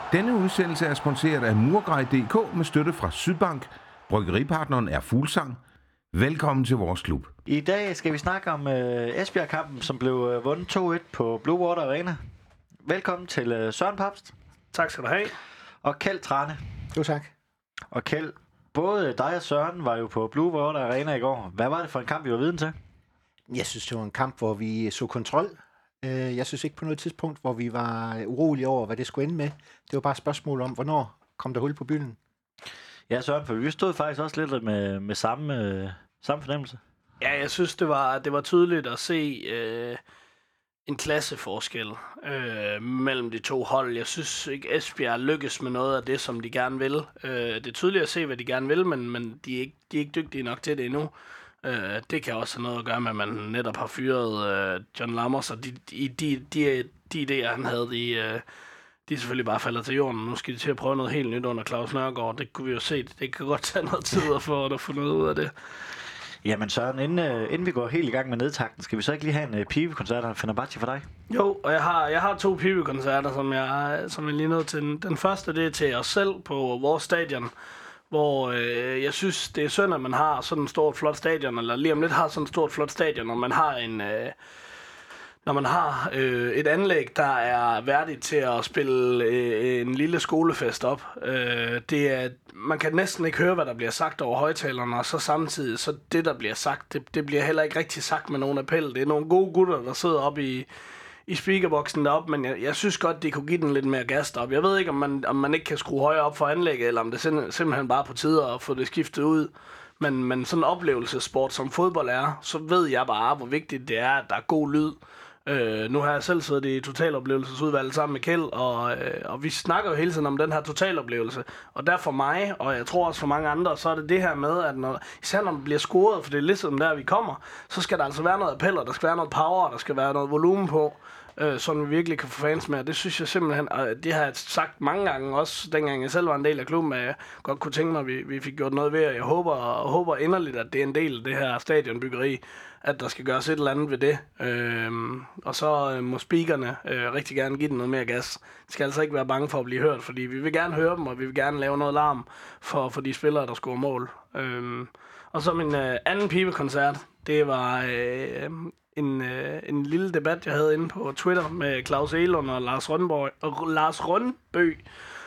Denne udsendelse er sponsoreret af Murgrej.dk med støtte fra Sydbank. Bryggeripartneren er Fuglsang. Velkommen til vores klub. I dag skal vi snakke om Esbjerg-kampen, som blev vundet 2-1 på Blue Water Arena. Velkommen til Søren Papst. Tak skal du have. Og Kjeld Trane. Jo, tak. Og Kjeld, både dig og Søren var jo på Blue Water Arena i går. Hvad var det for en kamp, vi var viden til? Jeg synes, det var en kamp, hvor vi så kontrol. Jeg synes ikke på noget tidspunkt, hvor vi var urolige over, hvad det skulle ende med. Det var bare et spørgsmål om, hvornår kom der hul på bylden. Ja, Søren, for vi stod faktisk også lidt med samme fornemmelse. Ja, jeg synes, det var tydeligt at se en klasseforskel mellem de to hold. Jeg synes ikke, Esbjerg lykkes med noget af det, som de gerne vil. Det er tydeligt at se, hvad de gerne vil, men de er ikke dygtige nok til det endnu. Det kan også have noget at gøre med, at man netop har fyret John Lammers, og de idéer, han havde, de er selvfølgelig bare faldet til jorden. Nu skal de til at prøve noget helt nyt under Claus Nørgaard. Det kunne vi jo se. Det kan godt tage noget tid at få noget ud af det. Jamen Søren, inden vi går helt i gang med nedtakten, skal vi så ikke lige have en pibekoncert af Fenerbahce for dig? Jo, og jeg har 2 pibekoncerter, som jeg lige nødt til. Den første, det er til os selv på vores stadion, hvor jeg synes, det er synd, at man har sådan et stort, flot stadion, eller lige om lidt har sådan et stort, flot stadion, når man har et anlæg, der er værdigt til at spille en lille skolefest op. Man kan næsten ikke høre, hvad der bliver sagt over højtalerne, og så samtidig, så det, der bliver sagt, det bliver heller ikke rigtig sagt med nogen appel. Det er nogle gode gutter, der sidder oppe i speakerboksen deroppe, men jeg synes godt, de kunne give den lidt mere gas deroppe. Jeg ved ikke, om man ikke kan skrue højere op for anlægget, eller om det simpelthen bare på tide at få det skiftet ud. Men sådan en oplevelsessport som fodbold er, så ved jeg bare, hvor vigtigt det er, at der er god lyd. Nu har jeg selv siddet i totaloplevelsesudvalget sammen med Kjeld, og vi snakker jo hele tiden om den her totaloplevelse. Og der for mig, og jeg tror også for mange andre, så er det her med, at især når man bliver scoret, for det er ligesom der, vi kommer, så skal der altså være noget appeller, der skal være noget power, der skal være noget volumen på, som vi virkelig kan få fans med. Og det synes jeg simpelthen, og det har jeg sagt mange gange, også dengang jeg selv var en del af klubben, at jeg godt kunne tænke mig, at vi fik gjort noget ved, og jeg håber inderligt, at det er en del af det her stadionbyggeri, at der skal gøres et eller andet ved det. Og så må speakerne rigtig gerne give den noget mere gas. De skal altså ikke være bange for at blive hørt, fordi vi vil gerne høre dem, og vi vil gerne lave noget larm for de spillere, der scorer mål. Og så min anden pibekoncert, det var en lille debat, jeg havde inde på Twitter med Claus Elund og Lars Rønbø,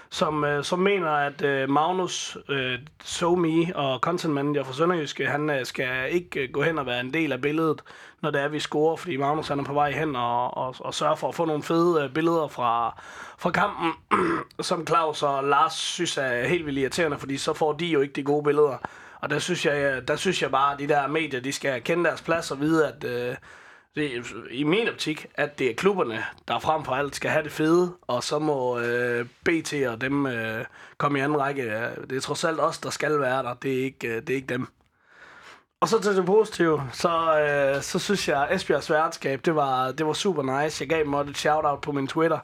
som mener, at Magnus SoMe og content manager for Sønderjyske, han skal ikke gå hen og være en del af billedet, når det er, vi scorer, fordi Magnus han er på vej hen og sørger for at få nogle fede billeder fra kampen, som Claus og Lars synes er helt vildt irriterende, fordi så får de jo ikke de gode billeder. Og der synes jeg bare, at de der medier, de skal kende deres plads og vide, at det er, i min optik, at det er klubberne, der frem for alt skal have det fede, og så må BT og dem komme i anden række. Det er trods alt os, der skal være der. Det er ikke dem. Og så til det positive, så synes jeg, at Esbjergs værtskab, det var super nice. Jeg gav dem også et shout-out på min Twitter,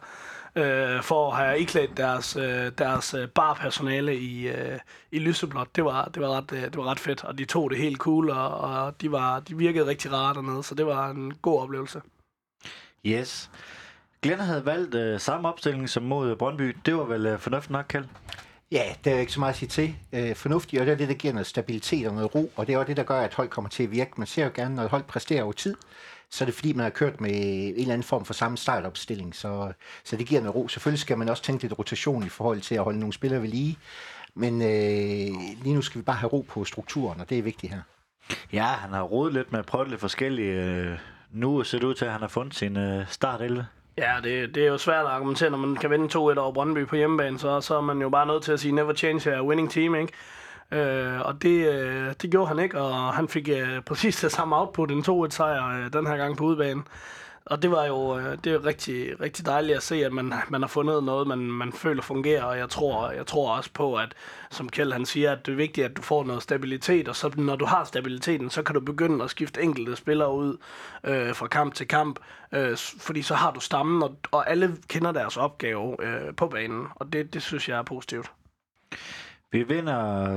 for at have iklædt deres barpersonale i lyseblåt. Det var ret fedt, og de tog det helt cool, og de virkede rigtig rare dernede, så det var en god oplevelse. Yes. Glenn havde valgt samme opstilling som mod Brøndby. Det var vel fornuftigt nok, Kjeld? Ja, det er ikke så meget at sige til. Fornuftigt, og det er det, der giver noget stabilitet og noget ro, og det er også det, der gør, at hold kommer til at virke. Man ser jo gerne, når et hold præsterer over tid, så er det fordi, man har kørt med en eller anden form for samme startopstilling, så det giver noget ro. Selvfølgelig skal man også tænke lidt rotation i forhold til at holde nogle spillere ved lige, men lige nu skal vi bare have ro på strukturen, og det er vigtigt her. Ja, han har rodet lidt med at prøve lidt forskellige. Nu ser det ud til, at han har fundet sin startelve. Ja, det er jo svært at argumentere, når man kan vinde 2-1 over Brøndby på hjemmebane, så er man jo bare nødt til at sige never change a winning team, ikke? Og det gjorde han ikke, og han fik præcis det samme output, en 2-1 sejr den her gang på udebane. Og det var jo rigtig, rigtig dejligt at se, at man har fundet noget, man føler fungerer, og jeg tror også på, at som Kjeld han siger, at det er vigtigt, at du får noget stabilitet, og så når du har stabiliteten, så kan du begynde at skifte enkelte spillere ud fra kamp til kamp, fordi så har du stammen, og alle kender deres opgave på banen, og det synes jeg er positivt. Vi vinder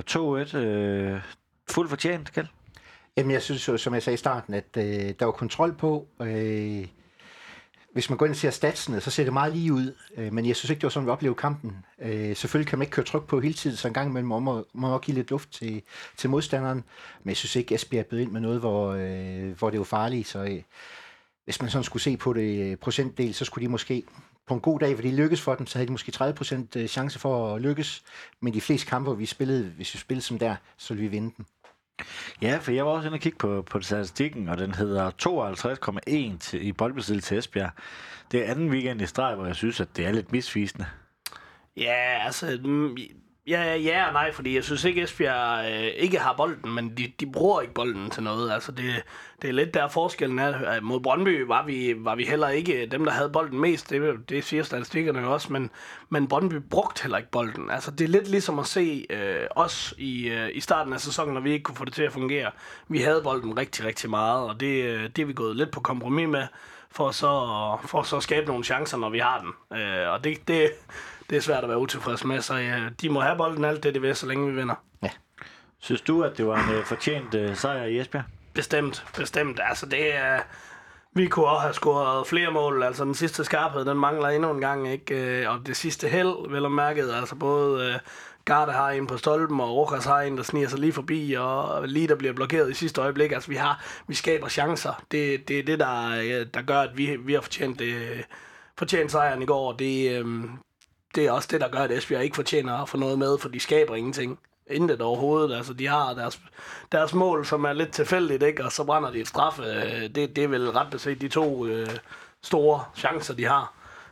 2-1 fuldt fortjent, Kjeld. Jamen, jeg synes jo, som jeg sagde i starten, at der var kontrol på. hvis man går ind og ser statsene, så ser det meget lige ud. Men jeg synes ikke, det var sådan, vi oplevede kampen. Selvfølgelig kan man ikke køre tryk på hele tiden, så en gang imellem må man give lidt luft til modstanderen. Men jeg synes ikke, Esbjerg er blevet ind med noget, hvor det var farligt. Så hvis man sådan skulle se på det procentdel, så skulle de måske på en god dag, hvor de lykkedes for dem, så havde de måske 30% chance for at lykkes. Men de fleste kampe, hvis vi spillede som der, så ville vi vinde dem. Ja, for jeg var også inde og kigge på statistikken, og den hedder 52,1 i boldbesiddelse til Esbjerg. Det er anden weekend i streg, hvor jeg synes, at det er lidt misvisende. Ja, altså... Ja og nej, fordi jeg synes ikke, Esbjerg ikke har bolden, men de bruger ikke bolden til noget. Altså det er lidt der forskellen er. Mod Brøndby var vi heller ikke dem, der havde bolden mest. Det siger statistikkerne jo også, men Brøndby brugte heller ikke bolden. Altså det er lidt ligesom at se os i starten af sæsonen, når vi ikke kunne få det til at fungere. Vi havde bolden rigtig, rigtig meget, og det er vi gået lidt på kompromis med, for så at skabe nogle chancer, når vi har den. Og det er svært at være utilfreds med, så de må have bolden alt det, de vil, så længe vi vinder. Ja. Synes du, at det var en fortjent sejr i Esbjerg? Bestemt. Altså det er... Vi kunne også have scoret flere mål. Altså den sidste skarphed, den mangler endnu en gang, ikke? Og det sidste held, vel og mærket. Altså både Garde har en på stolpen, og Rokas har en, der sniger sig lige forbi, og lige der bliver blokeret i sidste øjeblik. Altså vi skaber chancer. Det er det, der gør, at vi har fortjent sejren i går. Det er også det, der gør, at Esbjerg ikke fortjener at få noget med, for de skaber ingenting. Intet overhovedet. Altså, de har deres mål, som er lidt tilfældigt, ikke? Og så brænder de et straffe. Det er vel ret beset de to store chancer, de har.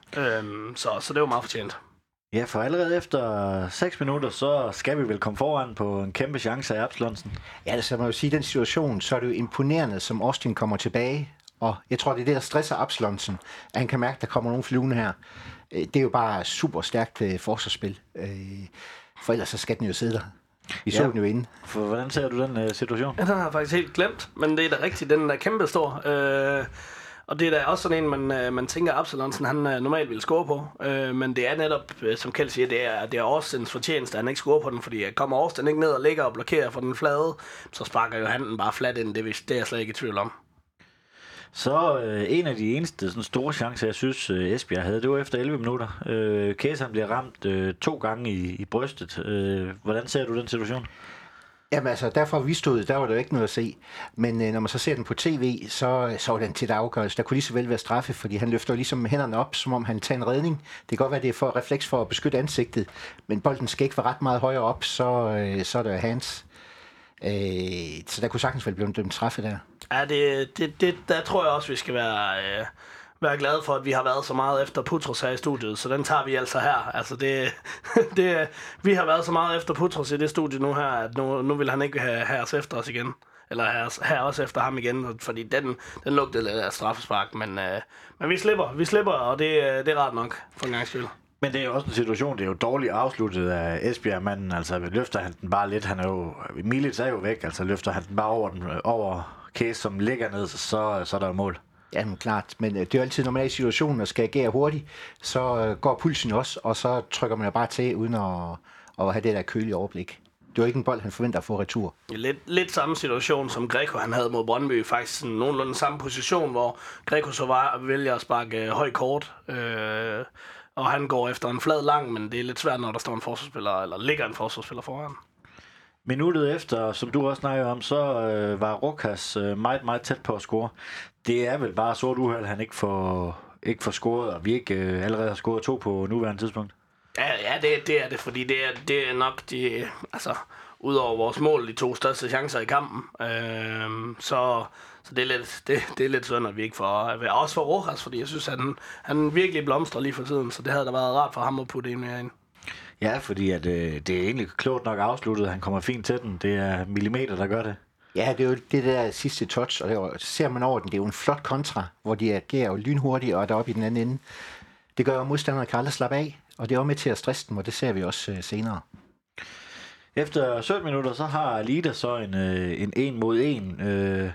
Så det var meget fortjent. Ja, for allerede efter 6 minutter, så skal vi vel komme foran på en kæmpe chance af Absalonsen. Ja, altså man vil sige, i den situation, så er det jo imponerende, som Austin kommer tilbage. Og jeg tror, det er det, der stresser Absalonsen, at han kan mærke, at der kommer nogle flyvende her. Det er jo bare super stærkt forsvarsspil. For ellers så skal den jo sidde der. Vi så den jo inde. For hvordan ser du den situation? Ja, den har jeg faktisk helt glemt, men det er da rigtigt, den er kæmpe stor. Og det er da også sådan en, man tænker, at Absalonsen han normalt vil score på. Men det er netop, som Kjeld siger, det er Austins fortjeneste, at han ikke scorer på den, fordi kommer Austin ikke ned og ligger og blokerer for den flade, så sparker jo han den bare flat ind. Det er jeg slet ikke i tvivl om. Så en af de eneste sådan store chancer, jeg synes Esbjerg havde, det var efter 11 minutter. Kæseren bliver ramt 2 gange i brystet. Hvordan ser du den situation? Jamen altså, derfra vi stod, der var der jo ikke noget at se. Men når man så ser den på tv, så var den til afgørelse. Der kunne lige så vel være straffe, fordi han løfter ligesom hænderne op, som om han tager en redning. Det kan godt være, det er for refleks for at beskytte ansigtet, men bolden skal ikke være ret meget højere op, så er der hands. Så der kunne sagtens vel blive dømt straffe der. Ja, der tror jeg også, vi skal være glade for, at vi har været så meget efter Putros her i studiet, så den tager vi altså her. Altså vi har været så meget efter Putros i det studie nu her, at nu vil han ikke have os efter os igen. Eller have os efter ham igen, fordi den lugtede lidt af straffespark, men vi slipper, og det er ret nok for en gang skyld. Men det er jo også en situation, det er jo dårligt afsluttet af Esbjerg-manden, altså løfter han den bare lidt, han er jo, Milic er jo væk, altså løfter han den bare over Kæs, som ligger ned, så er der jo mål. Ja, men klart, men det er jo altid, når man er i situationen og skal agere hurtigt, så går pulsen også, og så trykker man jo bare til, uden at have det der kølige overblik. Det var ikke en bold, han forventer at få retur. Lidt samme situation, som Greco han havde mod Brøndby. Faktisk sådan nogenlunde samme position, hvor Greco så vælger at sparke høj kort. Og han går efter en flad lang, men det er lidt svært, når der står en forsvarsspiller, eller ligger en forsvarsspiller foran. Minuttet efter, som du også snakker om, så var Rokas meget, meget tæt på at score. Det er vel bare sort uheld, han ikke får scoret, og vi ikke allerede har scoret 2 på nuværende tidspunkt. Ja, det er det, fordi det er nok udover vores mål, de 2 største chancer i kampen. Så det er lidt synd, at vi ikke får... Også for Rojas, fordi jeg synes, at han virkelig blomstrer lige for tiden, så det havde da været rart for ham at putte en mere ind. Ja, fordi at, det er egentlig klogt nok afsluttet. Han kommer fint til den. Det er millimeter, der gør det. Ja, det er jo det der sidste touch, og ser man over den, det er jo en flot kontra, hvor de agerer jo lynhurtigt og er deroppe i den anden ende. Det gør jo, at modstanderne kan aldrig slappe af, og det er også med til at stresse dem, og det ser vi også senere. Efter 17 minutter, så har Lida så en 1 mod 1.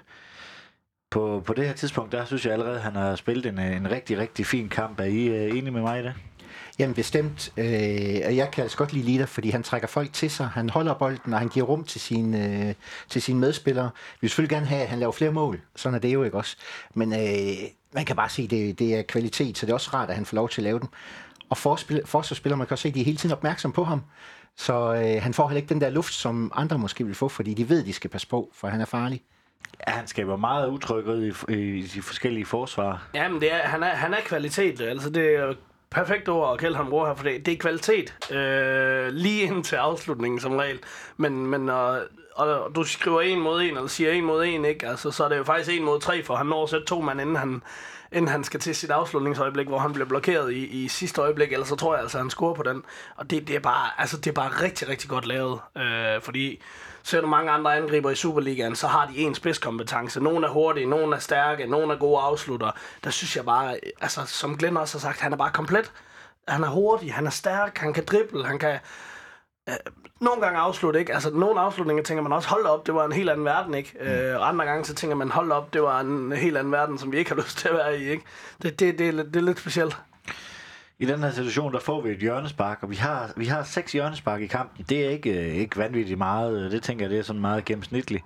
På det her tidspunkt, der synes jeg allerede, at han har spillet en rigtig, rigtig fin kamp. Er I enige med mig i det? Jamen bestemt. Jeg kan altså godt lide Lida, fordi han trækker folk til sig. Han holder bolden, og han giver rum til sine medspillere. Vi vil selvfølgelig gerne have, at han laver flere mål. Sådan er det jo ikke også. Men Man kan bare se, det er kvalitet, så det er også rart, at han får lov til at lave den. Og forsvarsspillere, man kan også se, de er hele tiden opmærksom på ham. Så han får heller ikke den der luft, som andre måske vil få, fordi de ved, de skal passe på, for han er farlig. Ja, han skaber meget utryghed i de forskellige forsvar. Jamen, han er kvalitet. Altså, det er perfekt ord at kalde ham bruger her, for det er kvalitet. Lige ind til afslutningen som regel. Men og du skriver 1 mod 1, eller siger 1 mod 1, ikke? Altså, så er det jo faktisk 1 mod 3, for han når at sætte 2 mand, inden han skal til sit afslutningsøjeblik, hvor han bliver blokeret i sidste øjeblik, ellers så tror jeg altså, han scorer på den. Og det er bare rigtig, rigtig godt lavet. Fordi ser du mange andre angriber i Superligaen, så har de en spidskompetence. Nogle er hurtige, nogle er stærke, nogle er gode afslutter. Der synes jeg bare, altså som Glenn også har sagt, han er bare komplet. Han er hurtig, han er stærk, han kan drible, han kan nogle gange afslutte, ikke? Altså nogle afslutninger tænker man også, hold op, det var en helt anden verden, ikke? Andre gange så tænker man, hold op, det var en helt anden verden, som vi ikke har lyst til at være i, ikke? Det er lidt specielt. I den her situation, der får vi et hjørnespark, og vi har 6 hjørnespark i kampen. Det er ikke vanvittigt meget. Det tænker jeg, det er sådan meget gennemsnitligt.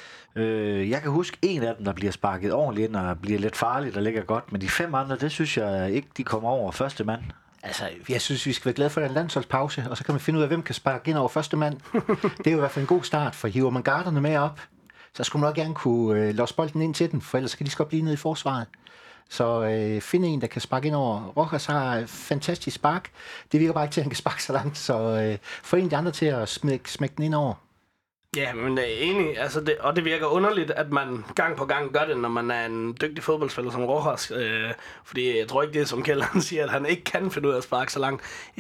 Jeg kan huske en af dem, der bliver sparket ordentligt ind og bliver lidt farligt og ligger godt, men de 5 andre, det synes jeg ikke, de kommer over første mand. Altså, jeg synes, vi skal være glade for den landsholdspause, og så kan man finde ud af, hvem kan sparke ind over første mand. Det er jo i hvert fald en god start, for hiver man garderne med op, så skulle man nok gerne kunne låse bolden ind til den, for ellers kan de skal blive nede i forsvaret. Så find en, der kan sparke ind over. Rojas har fantastisk spark. Det virker bare ikke til, at han kan sparke så langt, så få en af de andre til at smække den ind over. Ja, men jeg er enig. Altså og det virker underligt, at man gang på gang gør det, når man er en dygtig fodboldspiller som Rojas. Fordi jeg tror ikke, det er som Kjeld han siger, at han ikke kan finde ud af at sparke så langt.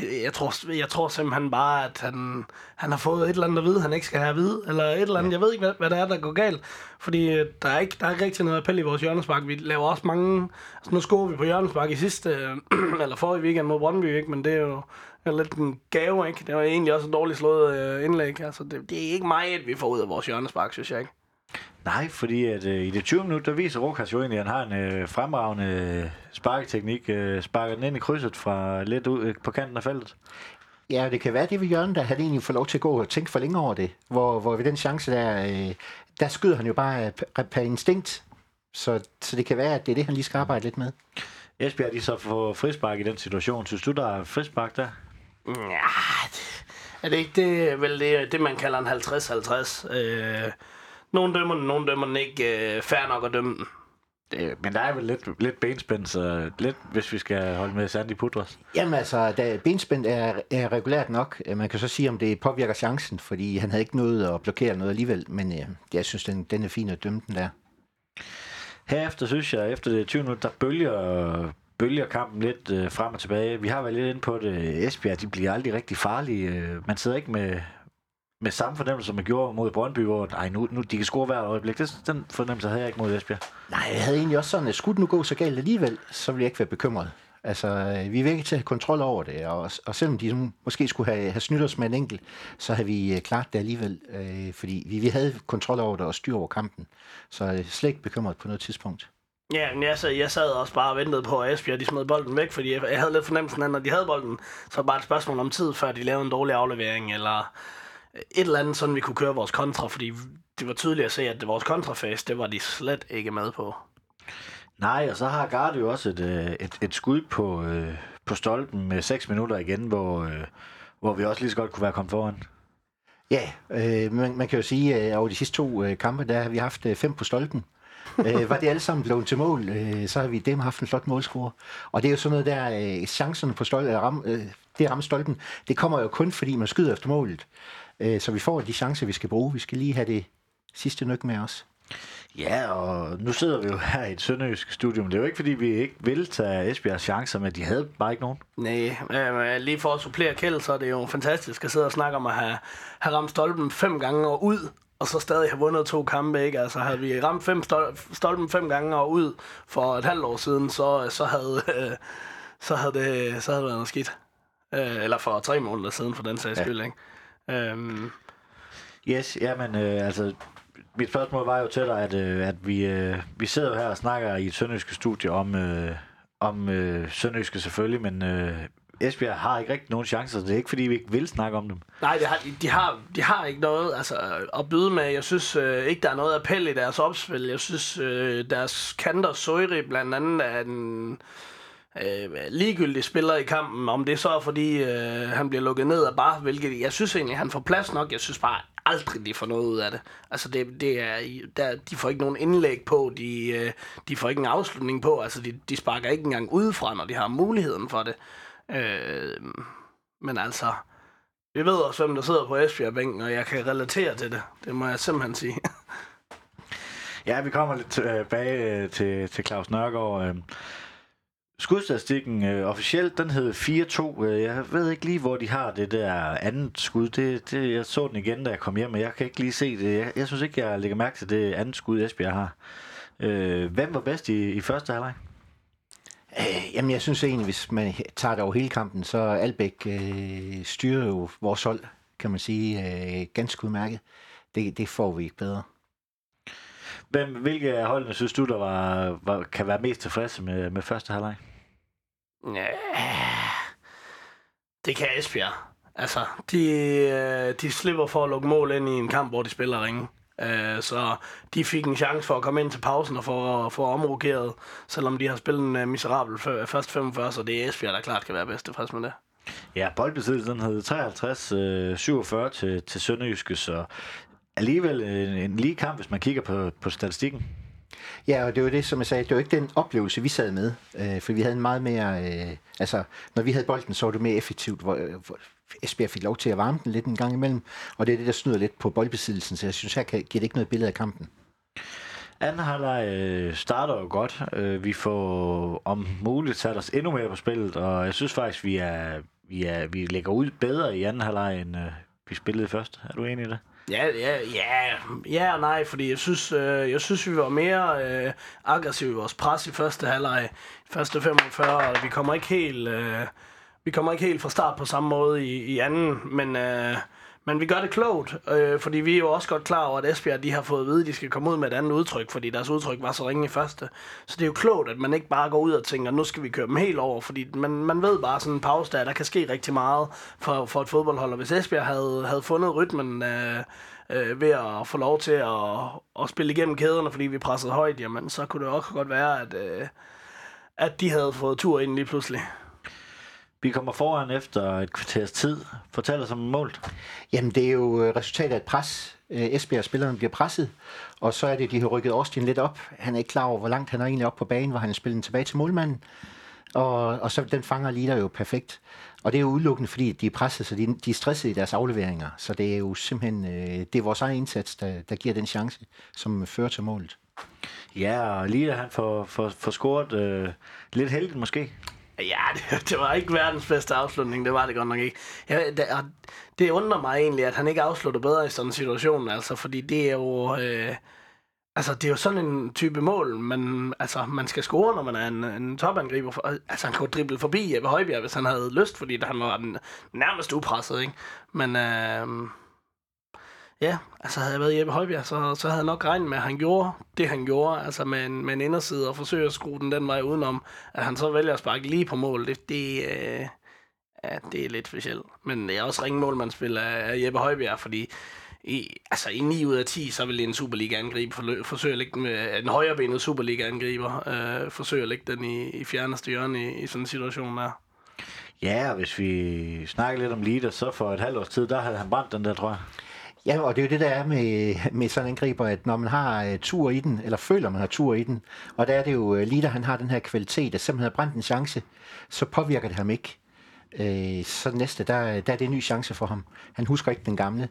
Jeg tror simpelthen bare, at han har fået et eller andet at vide, han ikke skal have at vide. Eller et eller andet. Jeg ved ikke, hvad der er, der går galt. Fordi der er ikke rigtig noget appel i vores hjørnespark. Vi laver også mange... Altså nu scorer vi på hjørnespark i sidste... eller forrige weekend mod Brøndby, ikke? Men det er jo... Det er lidt en gave, ikke? Det var egentlig også et dårligt slået indlæg. Altså, det er ikke meget, vi får ud af vores hjørnespark, synes jeg ikke. Nej, fordi at, i det 20 minutter, der viser Rokas jo egentlig, at han har en fremragende sparketeknik. Sparker den ind i krydset fra lidt ud på kanten af feltet. Ja, det kan være det ved Jørgen, der han egentlig får lov til at gå og tænke for længe over det. Hvor ved den chance der skyder han jo bare per instinkt. Så det kan være, at det er det, han lige skal arbejde lidt med. Esbjerg, de så får frispark i den situation. Synes du, der er frispark der? Ja, er det ikke det, vel det man kalder en 50-50? Nogle dømmer den ikke. Fair nok at dømme den. Men der er vel lidt benspænd, så lidt, hvis vi skal holde med Sandy Putras. Jamen altså, benspænd er regulært nok. Man kan så sige, om det påvirker chancen, fordi han havde ikke noget at blokere noget alligevel. Men jeg synes, den er fin at dømme den der. Herefter synes jeg, efter det 20 minutter, der bølger kampen lidt frem og tilbage. Vi har været lidt inde på det. Esbjerg, de bliver aldrig rigtig farlige. Man sidder ikke med samme fornemmelse, som man gjorde mod Brøndby, hvor nu de kan score hver øjeblik. Den fornemmelse havde jeg ikke mod Esbjerg. Nej, jeg havde egentlig også sådan, at skulle nu gå så galt alligevel, så ville jeg ikke være bekymret. Altså, vi er virkelig til at have kontrol over det, og selvom de måske skulle have snydt os med en enkelt, så havde vi klart det alligevel, fordi vi havde kontrol over det og styr over kampen. Så jeg er slet ikke bekymret på noget tidspunkt. Ja, men jeg sad også bare og ventede på, at Esbjerg de smed bolden væk, fordi jeg havde lidt fornemmelsen af, når de havde bolden, så var det bare et spørgsmål om tid, før de lavede en dårlig aflevering, eller et eller andet, sådan vi kunne køre vores kontra, fordi det var tydeligt at se, at vores kontrafase, det var de slet ikke med på. Nej, og så har Garde jo også et skud på stolpen med 6 minutter igen, hvor vi også lige så godt kunne være kommet foran. Ja, man kan jo sige, at over de sidste 2 kampe, der har vi haft 5 på stolpen. Var det alle sammen blevet til mål, så har vi dem haft en flot målscore. Og det er jo sådan noget der, chancerne på stolpen, det at ramme stolpen, det kommer jo kun fordi man skyder efter målet. Så vi får de chancer, vi skal bruge. Vi skal lige have det sidste nyk med os. Ja, og nu sidder vi jo her i et sønderjysk studium. Det er jo ikke, fordi vi ikke vil tage Esbjergs chancer, men de havde bare ikke nogen. Nej, lige for at supplere Kjeld, så er det jo fantastisk at sidde og snakke om at have ramt stolpen 5 gange og ud, og så stadig have vundet 2 kampe, ikke? Altså havde vi ramt stolpen 5 gange og ud for et halvt år siden, så havde det været noget skidt. Eller for 3 måneder siden, for den sags skyld, ikke? Yes, jamen altså... Mit spørgsmål var jo til dig, at vi sidder jo her og snakker i et sønderjyske studie om sønderjyske selvfølgelig, men Esbjerg har ikke rigtig nogen chancer, så det er ikke, fordi vi ikke vil snakke om dem. Nej, de har ikke noget at byde med. Jeg synes ikke, der er noget appel i deres opspil. Jeg synes, deres kanter Søjri blandt andet er en ligegyldig spiller i kampen. Om det så er, fordi han bliver lukket ned af bare, hvilket jeg synes egentlig, han får plads nok. Jeg synes bare aldrig, de får noget ud af det. Altså, de får ikke nogen indlæg på. De får ikke en afslutning på. Altså, de sparker ikke engang udefra, når de har muligheden for det. Men altså, vi ved også, hvem der sidder på Esbjerg-bænken, og jeg kan relatere til det. Det må jeg simpelthen sige. Ja, vi kommer lidt tilbage til Claus Nørgaard. Skudstatistikken officielt, den hed 4-2. Jeg ved ikke lige, hvor de har det der andet skud. Jeg så den igen, da jeg kom hjem, og jeg kan ikke lige se det. Jeg synes ikke, jeg lægger mærke til det andet skud, Esbjerg har. Hvem var bedst i første halvleg? Jamen, jeg synes egentlig, hvis man tager det over hele kampen, så Albæk styrer jo vores hold, kan man sige, ganske udmærket. Det får vi ikke bedre. Hvilke af holdene synes du, der kan være mest tilfredse med første halvleg? Ja, det kan Esbjerg. Altså, de slipper for at lukke mål ind i en kamp, hvor de spiller ringe. Så de fik en chance for at komme ind til pausen og få omrokeret, selvom de har spillet en miserabel først 45, så det er Esbjerg, der klart kan være bedst tilfreds med det. Ja, boldbesiddelsen hed 53-47 til Sønderjyske, så alligevel en lige kamp, hvis man kigger på statistikken. Ja, og det var det, som jeg sagde, det var ikke den oplevelse, vi sad med, for vi havde en meget mere, når vi havde bolden, så var det mere effektivt, hvor Esbjerg fik lov til at varme den lidt en gang imellem, og det er det, der snyder lidt på boldbesiddelsen, så jeg synes, her giver det ikke noget billede af kampen. Anden halvleg starter jo godt. Vi får om muligt sat os endnu mere på spillet, og jeg synes faktisk, vi lægger ud bedre i anden halvleg, end vi spillede først. Er du enig i det? Ja og nej, fordi jeg synes vi var mere aggressive i vores pres i første halvleg, første 45, og vi kommer ikke helt fra start på samme måde i anden, men vi gør det klogt, fordi vi er jo også godt klar over, at Esbjerg de har fået at vide, at de skal komme ud med et andet udtryk, fordi deres udtryk var så ringe i første. Så det er jo klogt, at man ikke bare går ud og tænker, nu skal vi køre dem helt over, fordi man ved bare sådan en pause der kan ske rigtig meget for et fodboldhold, og hvis Esbjerg havde fundet rytmen ved at få lov til at spille igennem kæderne, fordi vi pressede højt, jamen så kunne det også godt være, at de havde fået tur ind lige pludselig. Vi kommer foran efter et kvarters tid. Fortæl os om målet. Jamen, det er jo resultatet af et pres. Esbjerg-spillerne bliver presset, og så er det, de har rykket Austin lidt op. Han er ikke klar over, hvor langt han er egentlig op på banen, hvor han spiller den tilbage til målmanden. Og så den fanger Lider jo perfekt. Og det er jo udelukkende, fordi de er presset, så de er stresset i deres afleveringer. Så det er jo simpelthen det er vores egen indsats, der giver den chance, som fører til målet. Ja, og Lider han får scoret lidt heldigt måske. Ja, det var ikke verdens bedste afslutning, det var det godt nok ikke. Det undrer mig egentlig, at han ikke afslutter bedre i sådan en situation, altså, fordi det er jo... det er jo sådan en type mål, man skal score, når man er en topangriber. Altså, han kunne drible forbi Jeppe Højbjerg, hvis han havde lyst, fordi han var nærmest upresset, ikke? Men ja, altså havde jeg været Jeppe Højbjerg, så havde jeg nok regnet med, at han gjorde det, han gjorde, altså med en inderside og forsøge at skrue den vej udenom, at han så vælger at sparke lige på mål, det er lidt specielt. Men det er også ringmålmandsspil af Jeppe Højbjerg, fordi i 9 ud af 10, så vil en Superliga-angriber forsøge at lægge med en højrebenet Superliga-angriber, forsøge at lægge den i fjerneste hjørne i sådan en situation der. Ja, og hvis vi snakker lidt om Lider, så for et halvt års tid, der havde han brændt den der, tror jeg. Ja, og det er jo det, der er med sådan en angriber, at når man har tur i den, eller føler, man har tur i den, og der er det jo Lider, han har den her kvalitet, at simpelthen har brændt en chance, så påvirker det ham ikke. Så næste, der er det en ny chance for ham. Han husker ikke den gamle.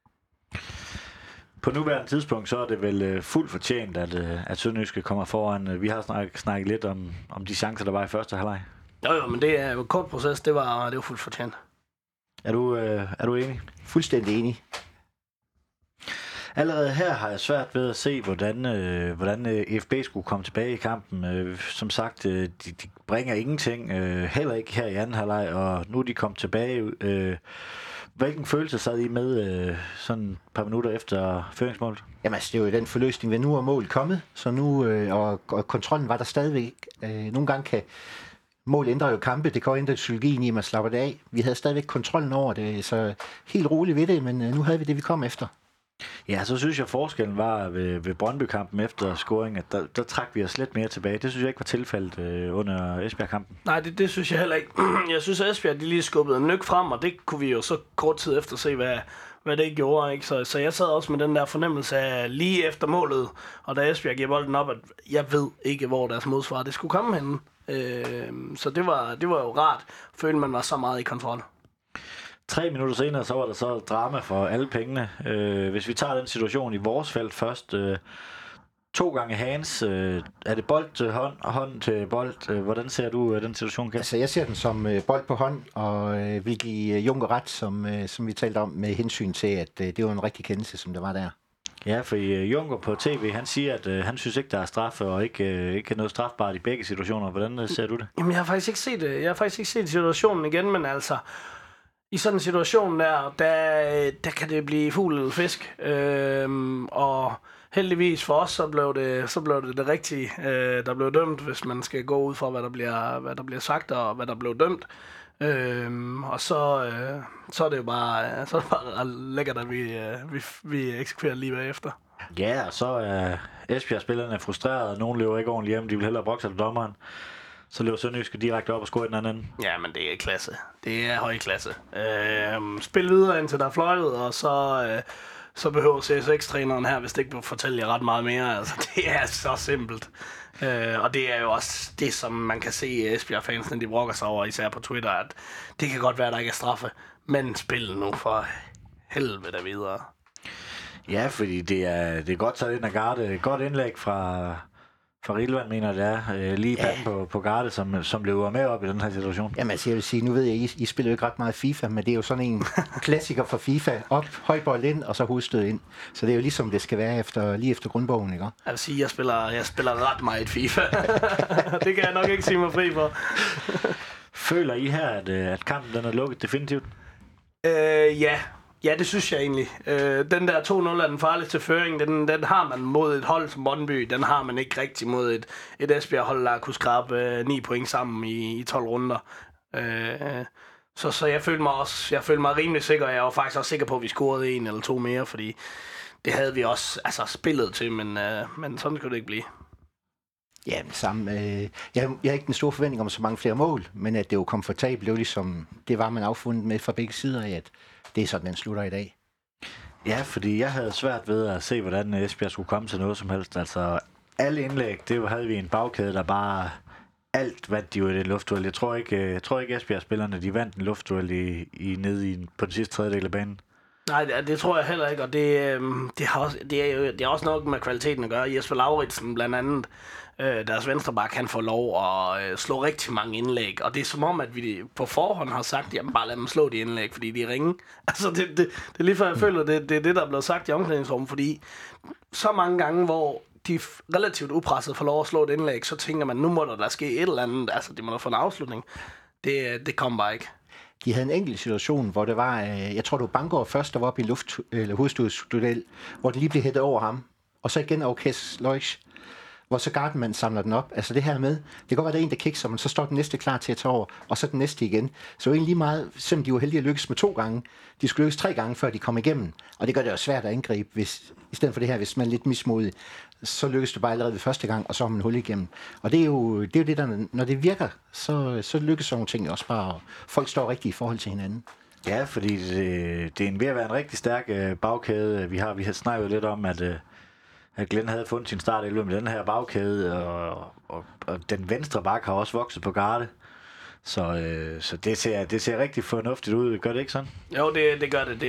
På nuværende tidspunkt, så er det vel fuldt fortjent, at Sønderjyske kommer foran. Vi har snakket lidt om de chancer, der var i første halvleg. Jo, men det er jo et kort proces, det var fuldt fortjent. Er du enig? Fuldstændig enig. Allerede her har jeg svært ved at se, hvordan FB skulle komme tilbage i kampen. Som sagt, de bringer ingenting, heller ikke her i anden halvleg, og nu er de kommet tilbage. Hvilken følelse sad I med sådan et par minutter efter føringsmålet? Jamen altså, det er jo den forløsning, ved nu er målet kommet, så nu, og kontrollen var der stadigvæk. Nogle gange Mål ændrer jo kampe, det kan ændre psykologien i, at man slapper det af. Vi havde stadigvæk kontrollen over det, så helt roligt ved det, men nu havde vi det, vi kom efter. Ja, så synes jeg, forskellen var ved Brøndby-kampen efter scoring, at der trak vi os lidt mere tilbage. Det synes jeg ikke var tilfældet under Esbjerg-kampen. Nej, det synes jeg heller ikke. Jeg synes, at Esbjerg de lige skubbede en nyk frem, og det kunne vi jo så kort tid efter se, hvad det gjorde. Ikke? Så jeg sad også med den der fornemmelse af lige efter målet, og da Esbjerg giver bolden op, at jeg ved ikke, hvor deres modsvar det skulle komme henne. Så det var jo rart, følte man var så meget i kontrol. 3 minutter senere, så var der så drama for alle pengene. Hvis vi tager den situation i vores felt først. 2 gange hands. Er det bold til hånd og hånd til bold? Hvordan ser du den situation, Kjeld? Altså, jeg ser den som bold på hånd, og vil give Junker ret, som vi talte om, med hensyn til, at det var en rigtig kendelse, som der var der. Ja, for Junker på tv, han siger, at han synes ikke, der er straffe, og ikke noget strafbart i begge situationer. Hvordan ser du det? Jamen, jeg har faktisk ikke set det. Jeg har faktisk ikke set situationen igen, men altså, i sådan en situation der kan det blive fugl eller fisk. Og heldigvis for os, så blev det rigtige, der blev dømt, hvis man skal gå ud fra, hvad der bliver sagt, og hvad der blev dømt. Og så er det jo bare lækkert, at vi eksekverer lige bagefter. Ja, og så er Esbjerg-spillerne frustrerede, og nogen løber ikke ordentligt hjem, de vil hellere bokse af dommeren. Så løber Sønderjyske direkte op og score i den anden. Ja, men det er klasse. Det er høj klasse. Spil videre, indtil der er fløjtet, og så behøver CSX-træneren her, hvis det ikke vil fortælle jer ret meget mere. Altså, det er så simpelt. Og det er jo også det, som man kan se Esbjerg-fansene, de brokker sig over, især på Twitter, at det kan godt være, at der ikke er straffe, men spil nu for helvede videre. Ja, fordi det er godt taget ind af Garde. Godt indlæg fra Rilvan, mener det er. Lige panden på Garde, som løber med op i den her situation. Jamen altså, jeg vil sige, nu ved jeg, I spiller jo ikke ret meget FIFA, men det er jo sådan en klassiker for FIFA. Op, højbold ind, og så hovedstød ind. Så det er jo ligesom det skal være lige efter grundbogen, ikke? Jeg vil sige, jeg spiller ret meget FIFA. Det kan jeg nok ikke sige mig fri for. Føler I her, at kampen den er lukket definitivt? Ja. Ja, det synes jeg egentlig. Den der 2-0 er den farligste føring. Den har man mod et hold som Brøndby. Den har man ikke rigtig mod et Esbjerg-hold, der kunne skrabe 9 point sammen i 12 runder. Så jeg følte mig rimelig sikker. Jeg var faktisk også sikker på, at vi scorede 1 eller 2 mere, fordi det havde vi også spillet til, men sådan skulle det ikke blive. Ja, samme. Jeg har ikke den store forventning om så mange flere mål, men at det var komfortabelt, det var ligesom, det var man affundet med fra begge sider af, at det er sådan, den slutter i dag. Ja, fordi jeg havde svært ved at se, hvordan Esbjerg skulle komme til noget som helst. Altså, alle indlæg, det havde vi en bagkæde, der bare alt vandt de jo i det luftduel. Jeg tror ikke Esbjerg-spillerne, de vandt en luftduel nede på den sidste tredjedel af banen. Nej, det tror jeg heller ikke, og det har også noget med kvaliteten at gøre. Jesper Lauritsen blandt andet, deres venstreback, han får lov at slå rigtig mange indlæg, og det er som om, at vi på forhånd har sagt, jamen bare lad dem slå de indlæg, fordi de er ringe. Altså det er lige før jeg føler, det er det, der er blevet sagt i omklædningsrummet, fordi så mange gange, hvor de relativt upresset får lov at slå et indlæg, så tænker man, nu må der ske et eller andet, altså de må da få en afslutning. Det kom bare ikke. De havde en enkelt situation, hvor det var, jeg tror det var Bangor først, der var oppe i hovedstødsduel, hvor det lige blev hættet over ham, og så igen over Kes Leuch, hvor så Gardenman samler den op. Altså det her med, det kan godt være, der er en, der kikser, men så står den næste klar til at tage over, og så den næste igen. Så egentlig lige meget, selvom de var heldige at lykkes med 2 gange, de skulle lykkes 3 gange, før de kom igennem. Og det gør det jo svært at angribe, i stedet for det her, hvis man er lidt mismodig, så lykkes det bare allerede ved første gang, og så har man hul igennem. Og det er jo det, der, når det virker, så lykkes sådan nogle ting også bare, og folk står rigtigt i forhold til hinanden. Ja, fordi det er ved at være en rigtig stærk bagkæde. Vi har snakket lidt om, at Glenn havde fundet sin start med den her bagkæde, og den venstre bak har også vokset på Garde. Så det ser rigtig fornuftigt ud. Gør det ikke sådan? Jo, det gør det.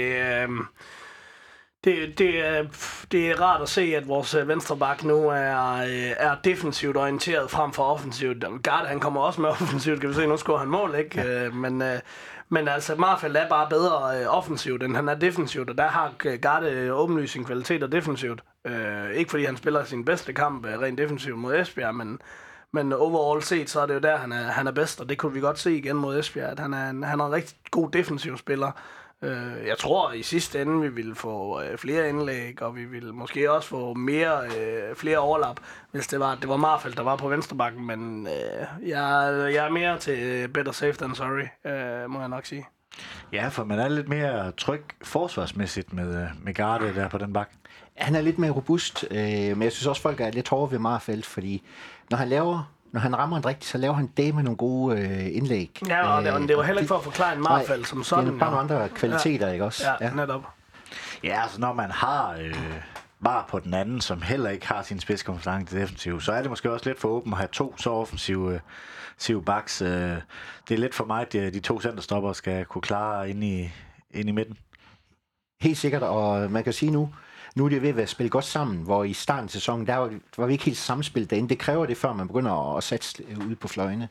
Det er rart at se, at vores venstre bak nu er defensivt orienteret frem for offensivt. Garde, han kommer også med offensivt, kan vi se, nu scorer han mål, ikke? Ja. Men altså, Marfeldt er bare bedre offensivt, end han er defensivt, og der har Garde åbenlyst sin kvaliteter defensivt. Ikke fordi han spiller sin bedste kamp rent defensivt mod Esbjerg, men overall set, så er det jo der, han er bedst, og det kunne vi godt se igen mod Esbjerg, at han er en rigtig god defensiv spiller. Jeg tror i sidste ende, vi ville få flere indlæg, og vi ville måske også få flere overlap, hvis det var Marfeldt, der var på venstrebakken, men jeg er mere til better safe than sorry, må jeg nok sige. Ja, for man er lidt mere tryg forsvarsmæssigt med Garde der på den bak. Han er lidt mere robust, men jeg synes også, folk er lidt hårde ved Marfeldt, fordi når han rammer en rigtig, så laver han det med nogle gode indlæg. Ja, og det var heller ikke for at forklare en Marfeldt som sådan. Det er bare nogle andre kvaliteter, ikke også? Ja, netop. Ja, altså når man har bare på den anden, som heller ikke har sin spidskompetence defensiv, så er det måske også lidt for åbent at have to så offensive backs. Det er lidt for mig, at de to centerstopper skal kunne klare ind i midten. Helt sikkert, og man kan sige nu er det ved at spille godt sammen, hvor i starten af sæsonen, der var vi ikke helt samspillet derinde. Det kræver det, før man begynder at satse ude på fløjene.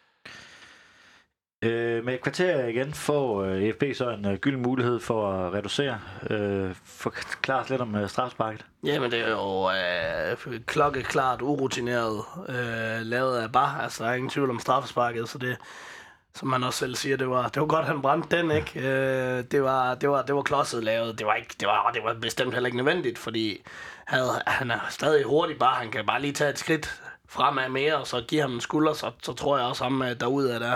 Med et kvarter igen får EFB så en gylden mulighed for at reducere. Forklare os lidt om strafsparket. Jamen det er jo klokkeklart urutineret lavet af Bar. Altså der er ingen tvivl om straffesparket, så det, som man også selv siger, det var godt, han brændte den, ikke? Det var klodset lavet. Det var bestemt heller ikke nødvendigt, fordi han er stadig hurtig bare. Han kan bare lige tage et skridt fremad mere, og så give ham en skulder, så tror jeg også ham derude, at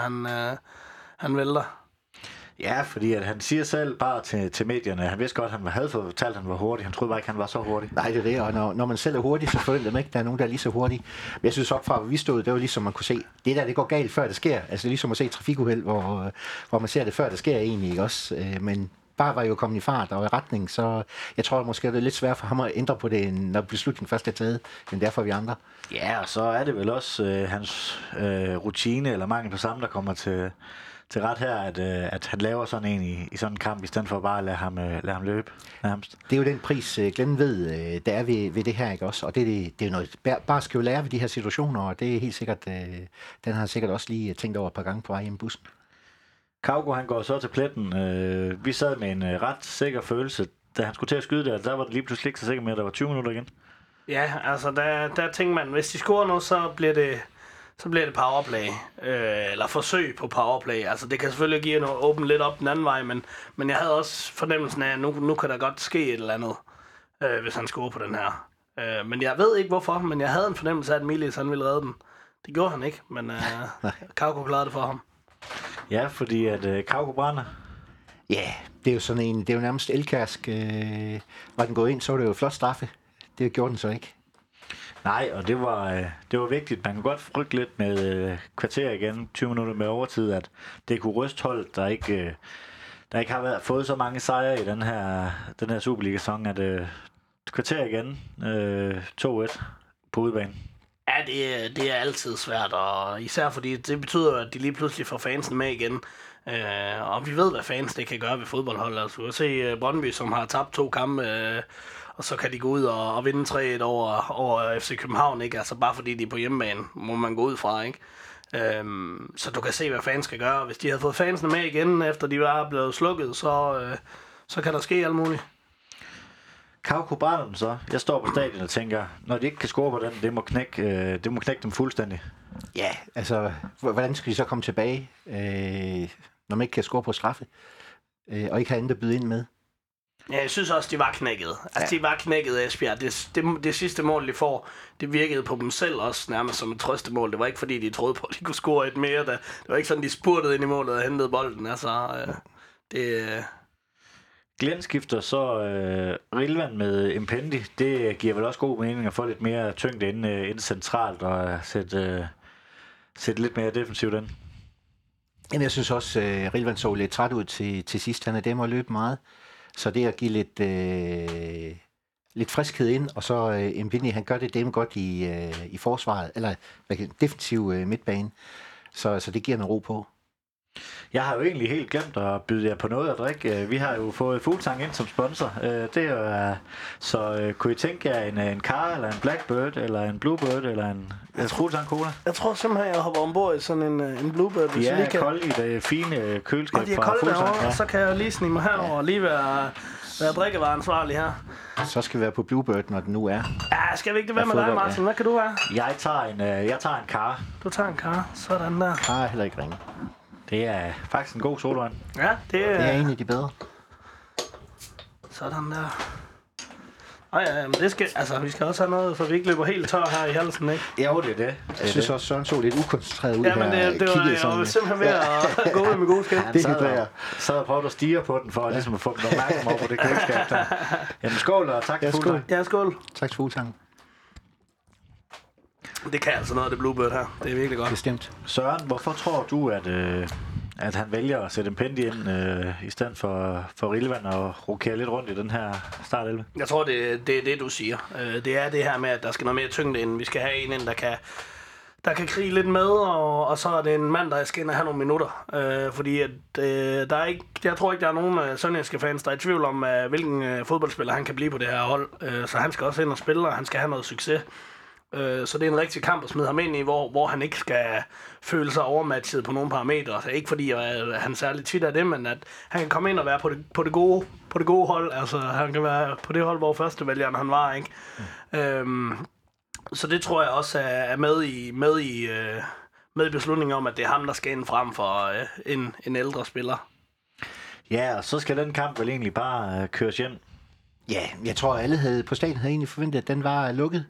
han vælter. Ja, fordi at han siger selv bare til medierne, han vidste godt, han havde fået fortalt, at han var hurtig. Han troede bare ikke, han var så hurtig. Nej, det er det, og når man selv er hurtig, så forventer man ikke, at der er nogen, der er lige så hurtig. Men jeg synes op fra, hvor vi stod, det var ligesom man kunne se, det går galt, før det sker. Altså det er ligesom at se et trafikuheld, hvor man ser det, før det sker egentlig, ikke også? Men bare var jo kommet i fart og i retning, så jeg tror måske, det er lidt svært for ham at ændre på det, når beslutningen først er taget, end derfor vi andre. Ja, og så er det vel også hans rutine eller mangel på sammen, der kommer til ret her, at han laver sådan en i sådan en kamp, i stedet for bare at lade ham løbe nærmest. Det er jo den pris, Glenn ved, der er ved det her, ikke også? Og det er jo noget, bare skal jo lære ved de her situationer, og det er helt sikkert, den har han sikkert også lige tænkt over et par gange på vej hjemme i bussen. Kauko, han går så til pletten. Vi sad med en ret sikker følelse, da han skulle til at skyde der var det lige pludselig ikke så sikkert med, at der var 20 minutter igen. Ja, altså der tænker man, hvis de scorer nu, så bliver det powerplay, eller forsøg på powerplay. Altså det kan selvfølgelig give noget åbent lidt op den anden vej, men jeg havde også fornemmelsen af, at nu kan der godt ske et eller andet, hvis han scorer på den her. Men jeg ved ikke hvorfor, men jeg havde en fornemmelse af, at Milis han ville redde den. Det gjorde han ikke, men Kauko klarede det for ham. Ja, fordi at Kauko brænder. Ja, det er jo sådan en, det er jo nærmest elkærsk. Var den gået ind, så var det jo flot straffe. Det gjorde den så ikke. Nej, og det var vigtigt. Man kan godt frygte lidt med kvarter igen, 20 minutter med overtid, at det kunne ryste hold, der ikke har fået så mange sejre i den her Superliga-sæson, at kvarter igen, 2-1 på udebane. Ja, det er altid svært, og især fordi det betyder, at de lige pludselig får fansen med igen. Og vi ved, hvad fans det kan gøre ved fodboldhold. Altså, du kan se Brøndby, som har tabt 2 kampe, og så kan de gå ud og vinde 3-1 over FC København, ikke? Altså bare fordi de er på hjemmebane, må man gå ud fra, ikke? Så du kan se, hvad fans skal gøre. Hvis de havde fået fansene med igen, efter de var blevet slukket, så kan der ske alt muligt. Kauko brænder den så. Jeg står på stadion og tænker, når de ikke kan score på den, det må knække dem fuldstændig. Ja, altså, hvordan skal de så komme tilbage, når man ikke kan score på straffe, og ikke har andet at byde ind med? Ja, jeg synes også, de var knækket. Altså, de var knækket, Esbjerg. Det sidste mål, de får, det virkede på dem selv også nærmest som et trøstemål. Det var ikke, fordi de troede på, at de kunne score et mere. Det var ikke sådan, de spurtede ind i målet og hentede bolden. Altså, Glenn skifter så Rilvan med Impendi. Det giver vel også god mening at få lidt mere tyngde inde centralt og sætte lidt mere defensivt ind. Jamen, jeg synes også, Rilvan så lidt træt ud til sidst. Han er dem at løbe meget. Så det at give lidt friskhed ind, og så Impendi, han gør det dem godt i forsvaret, eller defensiv midtbane. Så det giver en ro på. Jeg har jo egentlig helt glemt at byde jer på noget at drikke. Vi har jo fået Fuglsang ind som sponsor. Så kunne I tænke jer en Car, eller en Blackbird, eller en Bluebird, eller en Fuglsang Cola? Jeg tror simpelthen, jeg hopper ombord i sådan en Bluebird. De er kolde i det fine køleskab fra Fuglsang. Ja. Så kan jeg lige snige mig herover og lige være drikkevareansvarlig her. Så skal vi være på Bluebird, når den nu er. Ja, skal vi ikke det være med dig, Martin? Hvad kan du være? Jeg tager en Car. Du tager en Car. Sådan der. Car er heller ikke ringe. Det er faktisk en god sodavand. Ja, det er en af de bedre. Sådan der. Ja, men det skal, altså, vi skal også have noget, så vi ikke løber helt tør her i halsen, ikke? Jo, det er det. Jeg synes også, Søren så lidt ukoncentreret ud Ja, men her. det var jeg var simpelthen ved at gå ud med gode skæld. Det kan være. Så havde prøvet at stige på den, for ligesom at få dem opmærksom over på det køleskab der. Jamen skål, og tak for skål. Ja, skål. Tak til Fuglsang. Det kan altså noget af det Bluebird her. Det er virkelig godt. Bestemt. Søren, hvorfor tror du, at han vælger at sætte en Pendi ind i stedet for Rilvan og rokere lidt rundt i den her startelve? Jeg tror, det er det, du siger. Det er det her med, at der skal noget mere tyngde ind. Vi skal have en ind, der kan krige lidt med, og så er det en mand, der skal ind og have nogle minutter. Fordi at, der er ikke, jeg tror ikke, der er nogen sønderjyske fans, der er i tvivl om, hvilken fodboldspiller han kan blive på det her hold. Så han skal også ind og spille, og han skal have noget succes. Så det er en rigtig kamp at smide ham ind i, hvor han ikke skal føle sig overmatchet på nogle parametre. Altså ikke fordi han særligt tit af det, men at han kan komme ind og være på det gode hold. Altså han kan være på det hold, hvor førstevælgeren han var, ikke? Så det tror jeg også er med i beslutningen om, at det er ham, der skal ind frem for en ældre spiller. Ja, og så skal den kamp vel egentlig bare køres hjem. Ja, jeg tror alle på stadion havde egentlig forventet, at den var lukket.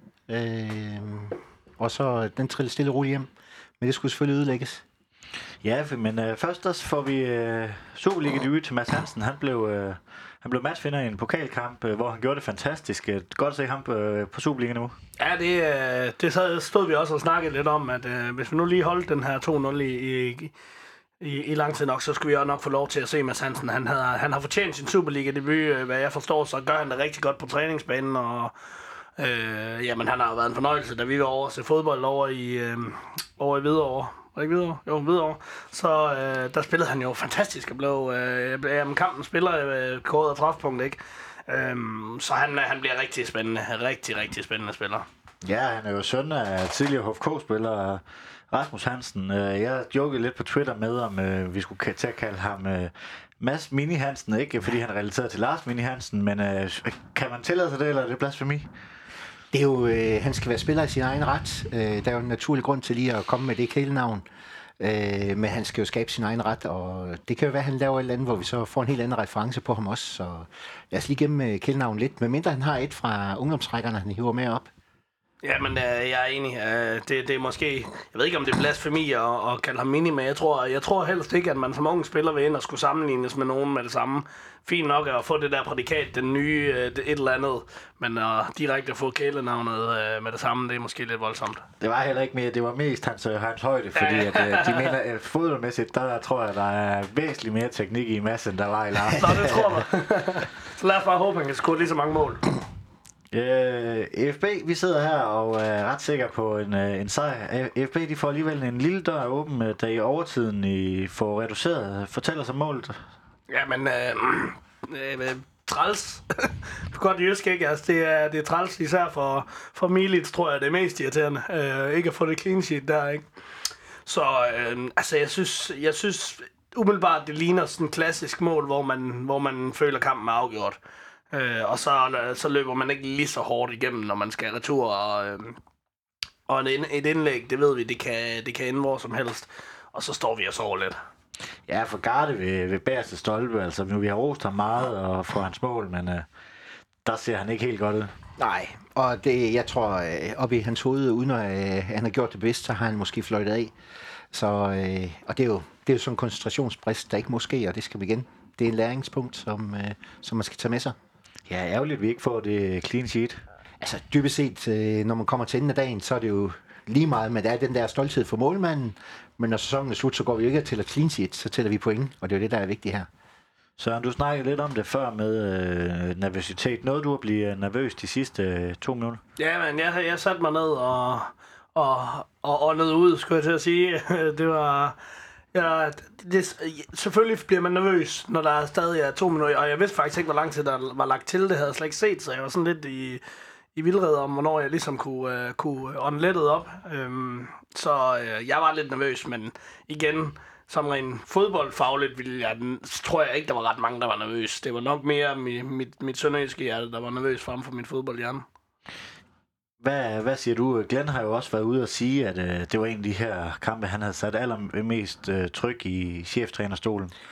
Og så den trillede stille og roligt hjem. Men det skulle selvfølgelig ødelægges. Ja, men først der får vi Superliga-debut til Mads Hansen. Han blev matchvinder i en pokalkamp, hvor han gjorde det fantastisk. Godt at se ham på Superliga nu. Ja, det stod vi også og snakkede lidt om, at hvis vi nu lige holdt den her 2-0 i lang tid nok, så skulle vi også nok få lov til at se Mads Hansen. Han har fortjent sin Superliga-debut. Hvad jeg forstår, så gør han det rigtig godt på træningsbanen, og jamen, han har jo været en fornøjelse, da vi var over at se fodbold over i Hvidovre. Var det ikke Hvidovre? Jo, Hvidovre. Så der spillede han jo fantastisk og blev kampen spiller kåret af træfpunkt, ikke? Så han bliver rigtig spændende. Rigtig spændende spiller. Ja, han er jo søn af tidligere HFK-spiller Rasmus Hansen. Jeg jokede lidt på Twitter med, om vi skulle til at kalde ham Mads Mini Hansen, ikke fordi han er relateret til Lars Mini Hansen, men kan man tillade sig det, eller er det blasfemi? Det er jo, han skal være spiller i sin egen ret. Der er jo en naturlig grund til lige at komme med det kælenavn. Men han skal jo skabe sin egen ret, og det kan jo være, at han laver et eller andet, hvor vi så får en helt anden reference på ham også. Så lad os lige gemme kælenavn lidt, medmindre han har et fra ungdomstrækkerne, han hiver med op. Ja, men jeg er enig. Det er måske... Jeg ved ikke, om det er blasfemi at kalde ham mini, men jeg tror helst ikke, at man som unge spiller vil ind og skulle sammenlignes med nogen med det samme. Fint nok at få det der prædikat, den nye, et eller andet, men direkte at få kælenavnet med det samme, det er måske lidt voldsomt. Det var heller ikke mere, det var mest hans højde, fordi at, de mener, at fodboldmæssigt, der tror jeg, der er væsentligt mere teknik i Mads, end der var i Lars. Nå, det tror jeg. Så lad os bare håbe, han kan score lige så mange mål. FB, vi sidder her og er ret sikre på en sejr. FB, de får alligevel en lille dør åben, da i overtiden I får reduceret. Fortæl os om målet. Ja, men træls. Godt jysk, ikke? Altså, det er træls, især for Milic, tror jeg, det er mest irriterende. Ikke at få det clean sheet der, ikke? Så altså, jeg synes umiddelbart, det ligner sådan et klassisk mål, hvor man føler kampen er afgjort. Og så løber man ikke lige så hårdt igennem, når man skal retur. Og et indlæg, det ved vi, det kan ende hvor som helst. Og så står vi og sover lidt. Ja, for Garde ved bagerste stolpe. Altså, vi har rost ham meget og for hans mål, men der ser han ikke helt godt ud. Nej, og det, jeg tror, op i hans hoved, uden at han har gjort det bedst, så har han måske fløjtet af. Så, og det er jo sådan en koncentrationsbrist, der ikke må ske, og det skal vi igen. Det er en læringspunkt, som man skal tage med sig. Ja, ærgerligt, at vi ikke får det clean sheet. Altså dybest set, når man kommer til enden af dagen, så er det jo lige meget, men der er den der stolthed for målmanden. Men når sæsonen er slut, så går vi jo ikke til at clean sheet, så tæller vi point, og det er jo det, der er vigtigt her. Søren, du snakkede lidt om det før med nervøsitet. Noget du at blive nervøs de sidste 2 minutter? Ja, men jeg satte mig ned og åndede ud, skulle jeg til at sige. Det var... Ja, selvfølgelig bliver man nervøs, når der stadig er 2 minutter, og jeg vidste faktisk ikke, hvor lang tid der var lagt til. Det havde jeg slet ikke set, så jeg var sådan lidt i vildrede om, hvornår jeg ligesom kunne ånde lettet op. Så jeg var lidt nervøs, men igen, som rent fodboldfagligt tror jeg ikke, der var ret mange, der var nervøs. Det var nok mere mit sønderjyske hjerte, der var nervøs frem for mit fodboldhjerne. Hvad siger du? Glenn har jo også været ude og sige, at det var en af de her kampe, han havde sat allermest tryk i cheftrænerstolen.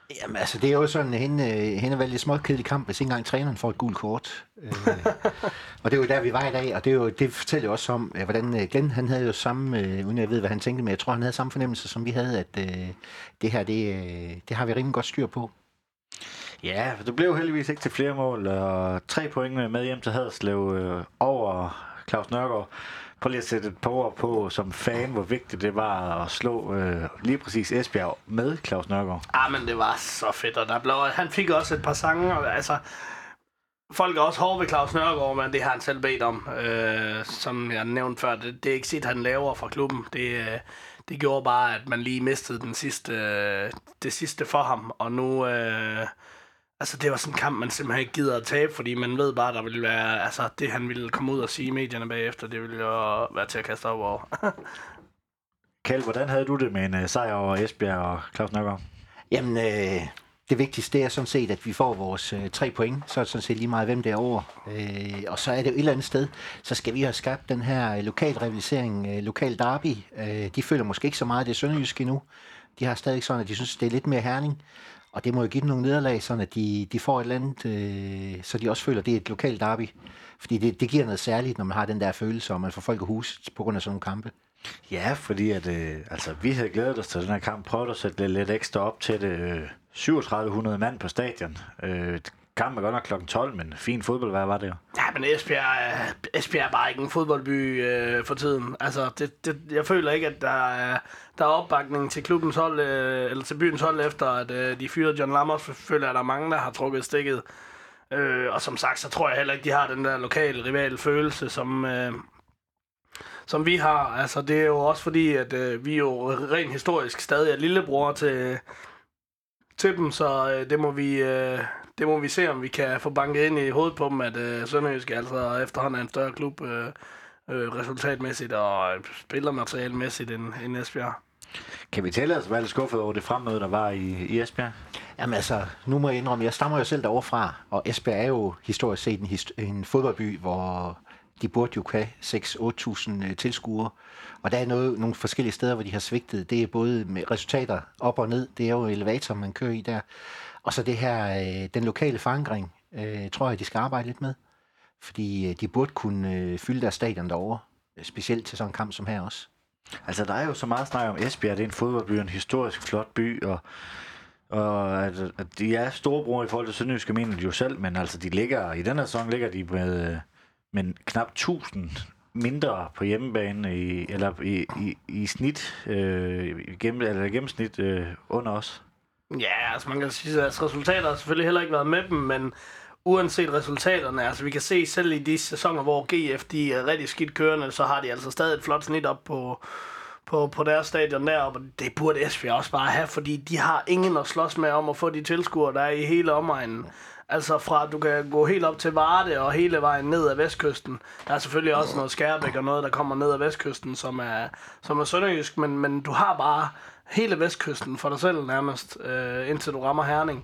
Jamen altså, det er jo sådan hen er vel lidt småkedelig kamp, hvis ikke engang træneren får et gult kort. Og det er jo der, vi var i dag, og det fortæller jo også om, hvordan Glenn, han havde jo samme, uden jeg ved, hvad han tænkte, men jeg tror, han havde samme fornemmelse, som vi havde, at det her, det har vi rimelig godt styr på. Ja, det blev heldigvis ikke til flere mål, og 3 point med hjem til Haderslev over Claus Nørgaard. Prøv lige at sætte et par ord på som fan, hvor vigtigt det var at slå lige præcis Esbjerg med Claus Nørgaard. Men det var så fedt, og han fik også et par sange, og altså, folk er også hårde ved Claus Nørgaard, men det har han selv bedt om. Som jeg nævnte før, det er ikke set, han laver fra klubben. Det gjorde bare, at man lige mistede det sidste for ham, og nu... Altså, det var sådan en kamp, man simpelthen ikke gider at tabe, fordi man ved bare, der ville være... Altså, det han ville komme ud og sige i medierne bagefter, det ville jo være til at kaste op over. Kjeld, hvordan havde du det med en sejr over Esbjerg og Claus Nørgaard? Jamen, det vigtigste det er sådan set, at vi får vores 3 point. Så er det sådan set lige meget, hvem det er over. Og så er det jo et eller andet sted, så skal vi have skabt den her lokal rivalisering, lokal derby. De føler måske ikke så meget, det er sønderjysk endnu. De har stadig sådan, at de synes, det er lidt mere Herning. Og det må jo give dem nogle nederlag, sådan at de får et eller andet, så de også føler, at det er et lokalt derby. Fordi det giver noget særligt, når man har den der følelse, og man får folk at huske på grund af sådan nogle kampe. Ja, fordi at, vi havde glædet os til den her kamp, prøvet at sætte lidt ekstra op til det. 3700 mand på stadion. Kampen er godt nok kl. 12, men fin fodboldvejr var det jo. Ja, men Esbjerg er bare ikke en fodboldby for tiden. Altså, jeg føler ikke, at der er opbakning til klubbens hold, eller til byens hold, efter at de fyrede John Lammers. Føler at der er mange, der har trukket stikket. Og som sagt, så tror jeg heller ikke, de har den der lokale rival følelse, som vi har. Altså, det er jo også fordi, at vi jo rent historisk stadig er lillebror til dem, så det må vi se, om vi kan få banket ind i hovedet på dem, at Sønderjysk altså efterhånden er en større klub resultatmæssigt og spillermaterialmæssigt end Esbjerg. Kan vi tælle os, hvad lidt skuffet over det fremmøde, der var i Esbjerg? Jamen altså, nu må jeg indrømme, jeg stammer jo selv derovre fra, og Esbjerg er jo historisk set en fodboldby, hvor de burde jo have 6-8.000 tilskuere. Og der er nogle forskellige steder, hvor de har svigtet. Det er både med resultater op og ned. Det er jo elevator, man kører i der. Og så det her, den lokale forankring, tror jeg, de skal arbejde lidt med. Fordi de burde kunne fylde deres stadion derovre. Specielt til sådan en kamp som her også. Altså, der er jo så meget snak om Esbjerg. Det er en fodboldby, en historisk flot by, og at de er storebror i forhold til Sønderjyske, mener de jo selv, men altså, i den her sæson ligger de med knap 1000 mindre på hjemmebane i snit, gennemsnit under os. Ja, altså man kan sige, at resultater har selvfølgelig heller ikke været med dem, men uanset resultaterne, altså vi kan se selv i de sæsoner, hvor GF de er rigtig skidt kørende, så har de altså stadig et flot snit op på deres stadion deroppe, og det burde Esbjerg også bare have, fordi de har ingen at slås med om at få de tilskuere, der er i hele omegnen. Altså fra, du kan gå helt op til Varde og hele vejen ned ad vestkysten. Der er selvfølgelig også noget Skærbæk og noget, der kommer ned ad vestkysten, som er sønderjysk, men du har bare hele vestkysten for dig selv nærmest, indtil du rammer Herning.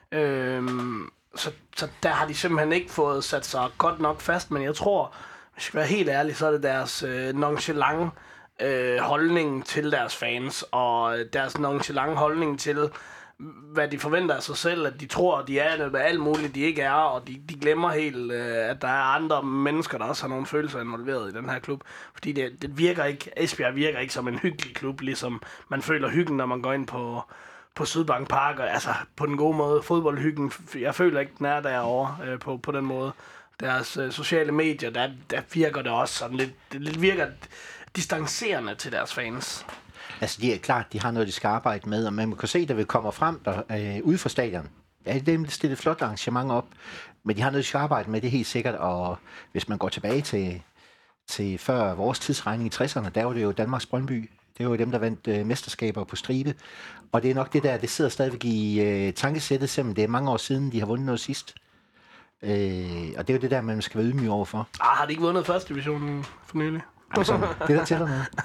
Så der har de simpelthen ikke fået sat sig godt nok fast, men jeg tror, hvis jeg skal være helt ærlig, så er det deres nonchalant holdning til deres fans, og deres nonchalant holdning til, hvad de forventer af sig selv, at de tror, at de er med alt muligt, de ikke er, og de glemmer helt, at der er andre mennesker, der også har nogle følelser involveret i den her klub. Fordi det virker ikke, Esbjerg virker ikke som en hyggelig klub, ligesom man føler hyggen, når man går ind på Sydbank Park, og altså på den gode måde, fodboldhyggen, jeg føler ikke, den er derovre på den måde. Deres sociale medier, der virker det også sådan lidt virker distancerende til deres fans. Altså, det er klart, de har noget, de skal arbejde med, og man kan se, der vil komme frem ude fra stadion. Ja, det er stillet et flot arrangement op, men de har noget, de skal arbejde med, det er helt sikkert, og hvis man går tilbage til før vores tidsregning i 60'erne, der var det jo Danmarks Brøndby. Det var jo dem, der vandt mesterskaber på stribe, og det er nok det der, det sidder stadigvæk i tankesættet, selvom det er mange år siden, de har vundet noget sidst. Og det er jo det der, man skal være ydmyg overfor. Har de ikke vundet første divisionen for nylig? Altså, det der tæller noget.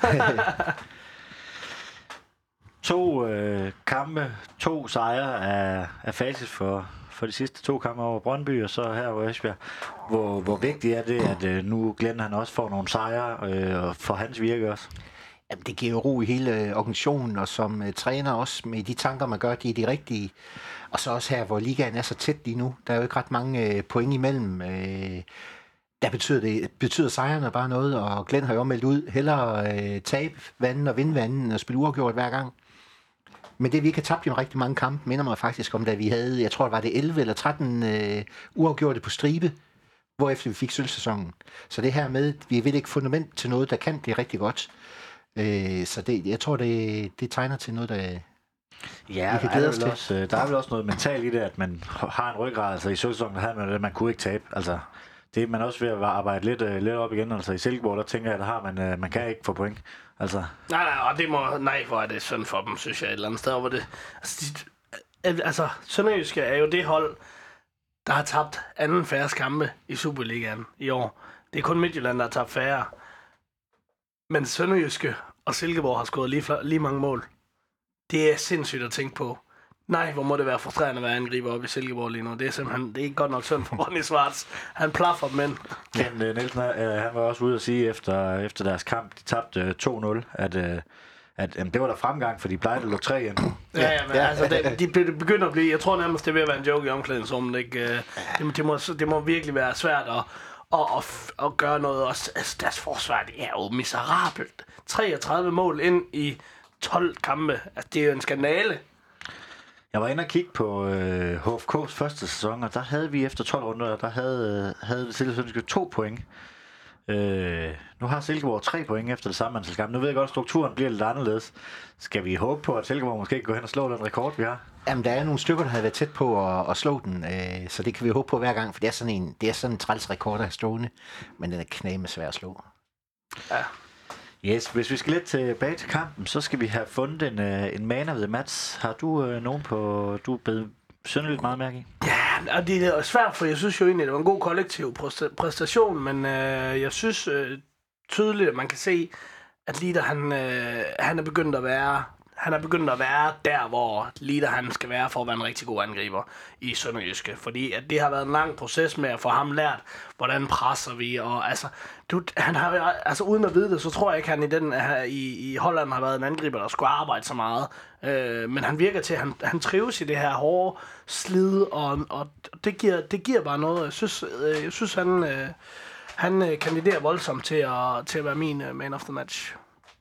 2 kampe, 2 sejre er facit for de sidste 2 kampe over Brøndby, og så her over Esbjerg. Hvor vigtigt er det, at nu Glenn han også får nogle sejre for hans virke også? Jamen, det giver jo ro i hele organisationen, og som træner også med de tanker, man gør, de er de rigtige. Og så også her, hvor ligaen er så tæt lige nu. Der er jo ikke ret mange point imellem. Der betyder sejrene bare noget, og Glenn har jo meldt ud, hellere tabe vanden og vinde vanden, end at spille uafgjort hver gang. Men det, vi ikke har tabt i rigtig mange kampe, minder mig faktisk om, da vi havde, jeg tror, det var det 11 eller 13 uafgjorte på stribe, hvorefter vi fik sølvsæsonen. Så det her med, vi vil ikke fundament til noget, der kan blive rigtig godt. Så det, jeg tror, det tegner til noget, der ja, vi kan glæde os til. Også, der er vel også noget mentalt i det, at man har en ryggrad. Altså i sølvsæsonen, der havde man det, man kunne ikke tabe. Altså, det er man også ved at arbejde lidt op igen. Altså i Silkeborg, der tænker jeg, der man kan ikke få point. Altså. Nej, og det hvor er det synd for dem, synes jeg, et eller andet sted, hvor det... Altså, Sønderjyske er jo det hold, der har tabt anden færre kampe i Superligaen i år. Det er kun Midtjylland, der har tabt færre. Men Sønderjyske og Silkeborg har skåret lige mange mål. Det er sindssygt at tænke på. Nej, hvor må det være frustrerende at være angriber op i Silkeborg lige nu. Det er simpelthen, det er ikke godt nok synd for Ronny Schwartz. Han plaffer dem ind. Ken Nielsen, han var også ude at sige efter deres kamp, de tabte 2-0, at det var der fremgang, for de plejede at lukke 3 ind. Ja, men altså, de begynder at blive... Jeg tror nærmest, det er ved at være en joke i omklædningsrummet, ikke? Det må virkelig være svært at gøre noget. Altså, deres forsvar, det er jo miserabelt. 33 mål ind i 12 kampe. Altså, det er jo en skandale. Jeg var inde og kigge på HFK's første sæson, og der havde vi efter 12 runder, der havde Silkeborg 2 point. Nu har Silkeborg 3 point efter det samme antal kampe. Nu ved jeg godt, at strukturen bliver lidt anderledes. Skal vi håbe på, at Silkeborg måske kan gå hen og slå den rekord, vi har? Jamen, der er nogle stykker, der har været tæt på at slå den, så det kan vi håbe på hver gang, for det er sådan en træls rekord, der er stående, men den er knæme svær at slå. Ja. Yes, hvis vi skal lidt tilbage til kampen, så skal vi have fundet en man of the match. Har du nogen på, du er blevet synderligt meget mærke i? Ja, det er svært, for jeg synes jo egentlig, det var en god kollektiv præstation, men jeg synes tydeligt, at man kan se, at Lider, han er begyndt at være... Han er begyndt at være der, hvor Lider han skal være for at være en rigtig god angriber i Sønderjyske. Fordi at det har været en lang proces med at få ham lært, hvordan presser vi. Og altså, han har, altså uden at vide det, så tror jeg ikke, han i Holland har været en angriber, der skulle arbejde så meget. Men han virker til, at han trives i det her hårde slid, og det giver bare noget. Jeg synes han kandiderer voldsomt til at være min man of the match.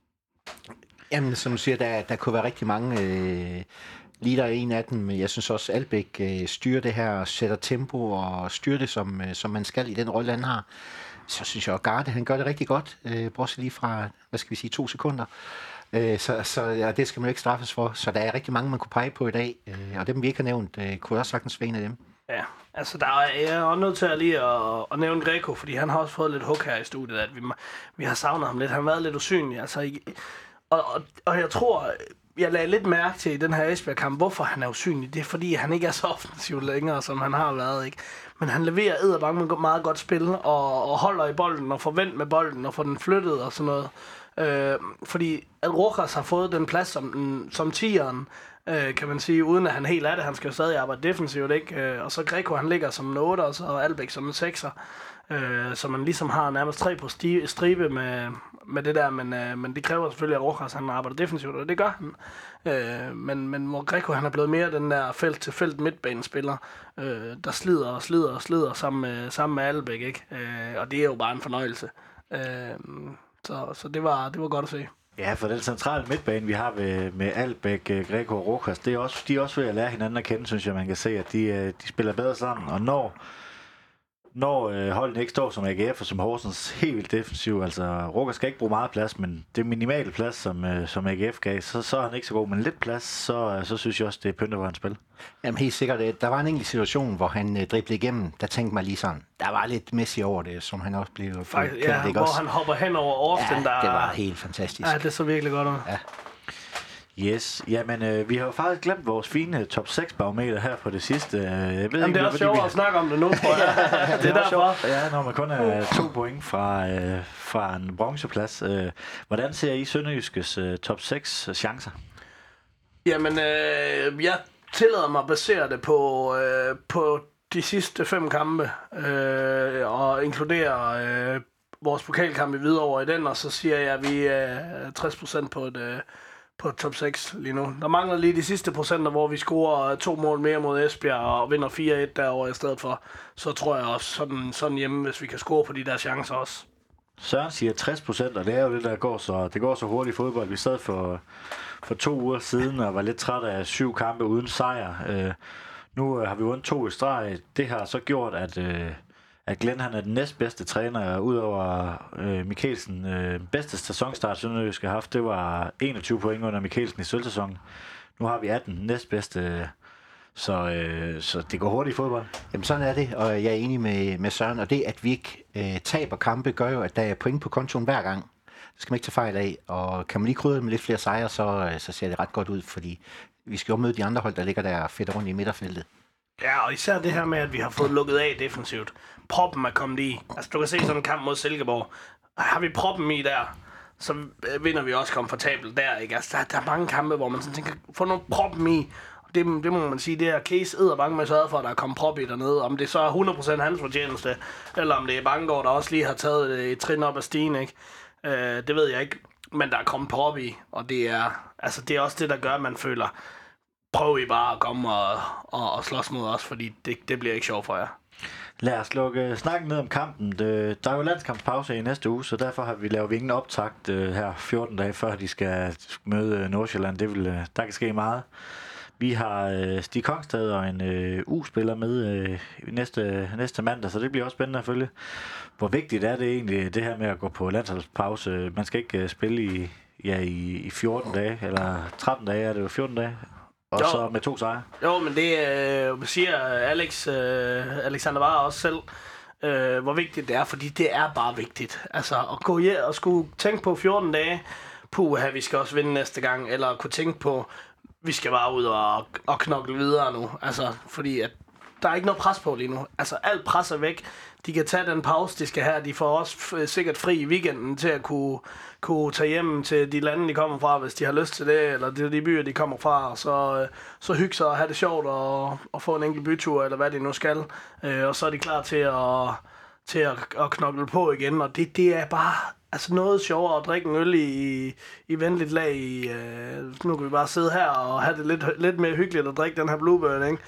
Jamen, som du siger, der kunne være rigtig mange Lider er en af dem, men jeg synes også, Albæk styrer det her, sætter tempo og styrer det, som man skal i den rolle, han har. Så synes jeg, at Garde, han gør det rigtig godt, bortset lige fra, 2 sekunder. Så det skal man jo ikke straffes for. Så der er rigtig mange, man kunne pege på i dag, og dem, vi ikke har nævnt, kunne også sagtens være en af dem. Ja, altså jeg er også nødt til at lige at nævne Greco, fordi han har også fået lidt hug her i studiet, at vi har savnet ham lidt. Han har været lidt usynlig, altså... Og jeg tror, jeg lagde lidt mærke til i den her Esbjerg-kamp, hvorfor han er usynlig. Det er fordi, han ikke er så offensiv længere, som han har været, ikke? Men han leverer edderbange med meget godt spil, og holder i bolden, og forventer med bolden, og får den flyttet og sådan noget. Fordi at Rojas har fået den plads som tieren, kan man sige, uden at han helt er det. Han skal jo stadig arbejde defensivt, ikke? Og så Greco, han ligger som en 8'er, og så Albæk som en 6'er. Så man ligesom har nærmest 3 på stribe med det der, men det kræver selvfølgelig, at Rojas han arbejder defensivt, og det gør han. Men hvor Greco han er blevet mere den der felt-til-felt midtbanespiller, der slider sammen med Albæk, ikke? Og det er jo bare en fornøjelse. Så det var godt at se. Ja, for den centrale midtbane, vi har med Albæk, Greco og Rojas, de er også ved at lære hinanden at kende, synes jeg, man kan se, at de spiller bedre sammen, og når holdene ikke står som AGF og som Horsens helt vildt defensiv, altså Rokas skal ikke bruge meget plads, men det minimale plads, som AGF gav, så er han ikke så god, men lidt plads, så synes jeg også, det er pyntet, hvor han spiller. Jamen helt sikkert, der var en enkelt situation, hvor han driblede igennem, der tænkte man lige sådan, der var lidt Messi over det, som han også blev kendt, ja, hvor han hopper hen over Orsten, ja, det var helt fantastisk. Ja, det så virkelig godt ud. Ja. Yes, jamen vi har jo faktisk glemt vores fine top 6 barometer her på det sidste. Jeg ved jamen, det er også sjovt at snakke om det nu, tror jeg. det er derfor. Ja, når man kun er 2 point fra en bronzeplads. Hvordan ser I Sønderjyskes top 6 chancer? Jamen, jeg tillader mig at basere det på de sidste 5 kampe, og inkludere vores pokalkamp i Hvidovre i den, og så siger jeg, at vi er 60% på top 6 lige nu. Der mangler lige de sidste procenter, hvor vi scorer 2 mål mere mod Esbjerg og vinder 4-1 derovre i stedet for. Så tror jeg også sådan hjemme, hvis vi kan score på de der chancer også. Søren siger 60%, og det er jo det, der går så hurtigt i fodbold. Vi sad for 2 uger siden og var lidt træt af 7 kampe uden sejr. Nu har vi vundet 2 i streg. Det har så gjort, at Glenn han er den næstbedste træner, udover Mikkelsen. Bedste sæsonstart, Sønderjysk har haft, det var 21 point under Mikkelsen i sølvsæsonen. Nu har vi 18, næstbedste. Så det går hurtigt i fodbold. Jamen sådan er det, og jeg er enig med Søren, og det, at vi ikke taber kampe, gør jo, at der er point på kontoen hver gang. Det skal man ikke tage fejl af, og kan man lige krydre med lidt flere sejre, så ser det ret godt ud, fordi vi skal jo møde de andre hold, der ligger der fedt rundt i midterfeltet. Ja, og især det her med, at vi har fået lukket af defensivt. Proppen er kommet i. Altså, du kan se sådan en kamp mod Silkeborg. Har vi proppen i der, så vinder vi også komfortabelt der, ikke? Altså, der er mange kampe, hvor man sådan tænker, få nogle proppen i. Det må man sige, det er Case edderbange med sørget for, at der er kommet prop i dernede. Om det så er 100% hans fortjeneste, eller om det er Banggaard, der også lige har taget et trin op af stigen, ikke? Det ved jeg ikke. Men der er kommet prop i, og det er også det, der gør, at man føler, prøv I bare at komme og slås mod os, fordi det bliver ikke sjovt for jer. Lad os lukke snakken ned om kampen. Der er jo landskampspause i næste uge, så derfor har vi lavet ingen optakt her 14 dage før de skal møde Nordsjælland. Der kan ske meget. Vi har Stig Kongstad og en U-spiller med næste mandag, så det bliver også spændende at følge. Hvor vigtigt er det egentlig, det her med at gå på landsholdspause? Man skal ikke spille i 14 dage, eller 13 dage er det jo 14 dage, og så med 2 sejre. Jo, men det siger Alexander Varre også selv, hvor vigtigt det er, fordi det er bare vigtigt. Altså at gå hjem og skulle tænke på 14 dage, vi skal også vinde næste gang, eller kunne tænke på, vi skal bare ud og knokle videre nu. Altså, fordi at der er ikke noget pres på lige nu. Altså, alt pres er væk. De kan tage den pause, de skal have. De får også sikkert fri i weekenden til at kunne tage hjem til de lande, de kommer fra, hvis de har lyst til det, eller de byer, de kommer fra. Så hygge sig og have det sjovt og få en enkelt bytur, eller hvad de nu skal. Og så er de klar til at knokle på igen. Og det er bare noget sjovere at drikke en øl i venligt lag. Nu kan vi bare sidde her og have det lidt mere hyggeligt at drikke den her Bluebird, ikke?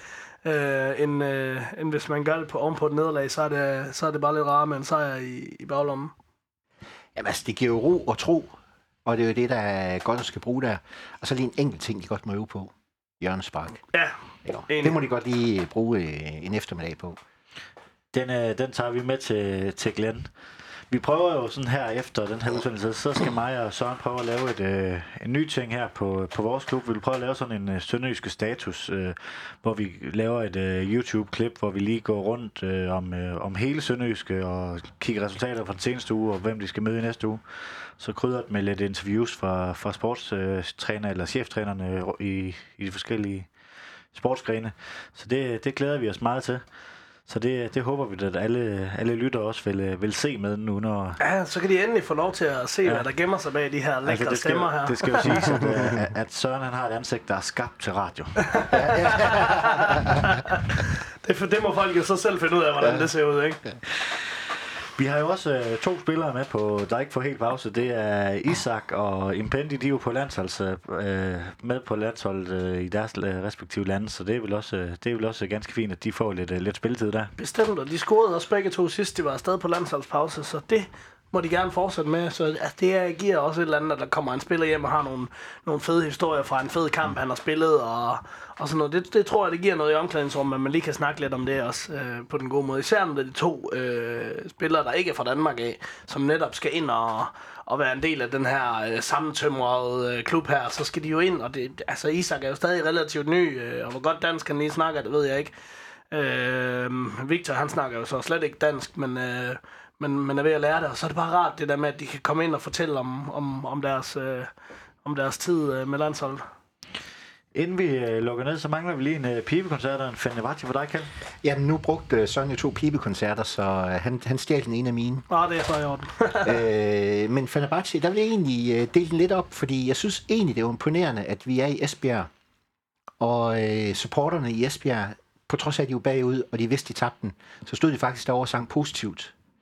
End hvis man gør det ovenpå et nederlag, så er det bare lidt rarere med en sejr i baglommen. Jamen altså, det giver jo ro og tro, og det er jo det, der er godt at skal bruge der. Og så lige en enkelt ting, de godt må øve på. Hjørnespark. Ja. Det må de godt lige bruge en eftermiddag på. Den tager vi med til Glenn. Vi prøver jo sådan her efter den her udsendelse, så skal mig og Søren prøve at lave en ny ting her på vores klub. Vi vil prøve at lave sådan en sønderjyske status, hvor vi laver et YouTube-klip, hvor vi lige går rundt om hele Sønderjyske og kigger resultater fra den seneste uge, og hvem de skal møde i næste uge. Så krydder med lidt interviews fra sportstræner eller cheftrænerne i de forskellige sportsgrene. Så det glæder vi os meget til. Så det håber vi, at alle lytter også vil se med nu, når... Ja, så kan de endelig få lov til at se, hvad der gemmer sig bag de her lækre stemmer her. Det skal jo siges, at Søren han har et ansigt, der er skabt til radio. Det må folk jo så selv finde ud af, hvordan det ser ud, ikke? Vi har jo også 2 spillere med der ikke får helt pause. Det er Isak og Impendi, de er jo på med på landsholdet i deres respektive lande, så det er vel også ganske fint, at de får lidt spilletid der. Bestemt, og de scorede også begge 2 sidst, de var afsted på landsholdspause, så det må de gerne fortsætte med. Så det giver også et eller andet, at der kommer en spiller hjem og har nogle fede historier fra en fed kamp, han har spillet, og sådan noget. Det tror jeg, det giver noget i omklædningsrummet, men man lige kan snakke lidt om det også på den gode måde. Især når det er de 2 spillere, der ikke er fra Danmark af, som netop skal ind og være en del af den her sammentømrede klub her, så skal de jo ind, og Isak er jo stadig relativt ny, og hvor godt dansk han lige snakker, det ved jeg ikke. Victor, han snakker jo så slet ikke dansk, men er ved at lære det, og så er det bare rart det der med, at de kan komme ind og fortælle om deres tid med landsholdet. Inden vi lukker ned, så mangler vi lige en pibekoncert og en Fenerbahce for dig, Kjeld. Jamen, nu brugte Søren jo 2 pibekoncerter, så han stjal den ene af mine. Det er så i orden. Men Fenerbahce, der vil jeg egentlig dele den lidt op, fordi jeg synes egentlig, det er imponerende, at vi er i Esbjerg, og supporterne i Esbjerg, på trods af, at de var bagud, og de vidste, de tabte den, så stod de faktisk derovre og sang positivt.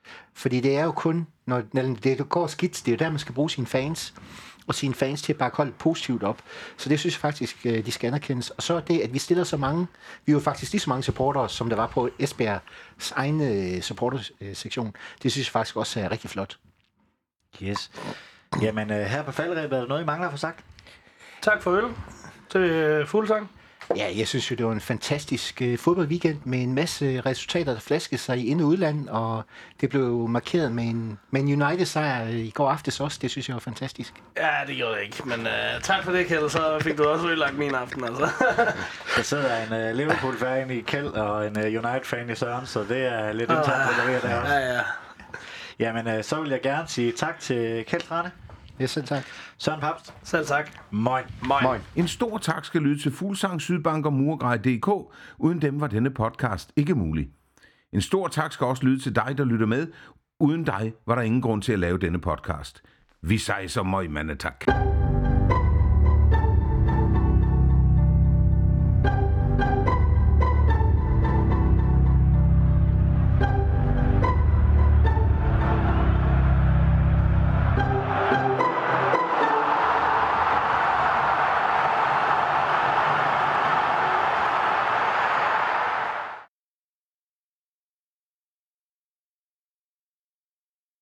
Fordi det er jo kun, når det går skidt, det er jo der, man skal bruge sine fans, og sine fans til at bare holde positivt op. Så det synes jeg faktisk, de skal anerkendes. Og så det, at vi stiller så mange, vi er jo faktisk lige så mange supportere, som der var på Esbjergs egen supportersektion. Det synes jeg faktisk også er rigtig flot. Yes. Jamen, her på Falderebet, er der noget, I mangler at få sagt? Tak for øl til Fuglsang. Ja, jeg synes jo, det var en fantastisk fodboldweekend med en masse resultater, der flaskede sig i ind- og udland, og det blev markeret med en United-sejr i går aftes også. Det synes jeg var fantastisk. Ja, det gjorde jeg ikke, men tak for det, Kjeld, så fik du også ødelagt min aften, altså. Der sidder en Liverpool-fan i Kjeld og en United-fan i Søren, så det er lidt internt at levere der også. Ja. Jamen, så vil jeg gerne sige tak til Kjeld Trane. Ja, selv tak. Søren Papst. Selv tak. Moin. Moin. En stor tak skal lyde til Fuglsang, Sydbank og Murgrej.dk. Uden dem var denne podcast ikke mulig. En stor tak skal også lyde til dig, der lytter med. Uden dig var der ingen grund til at lave denne podcast. Vi sejser møg, mandetak.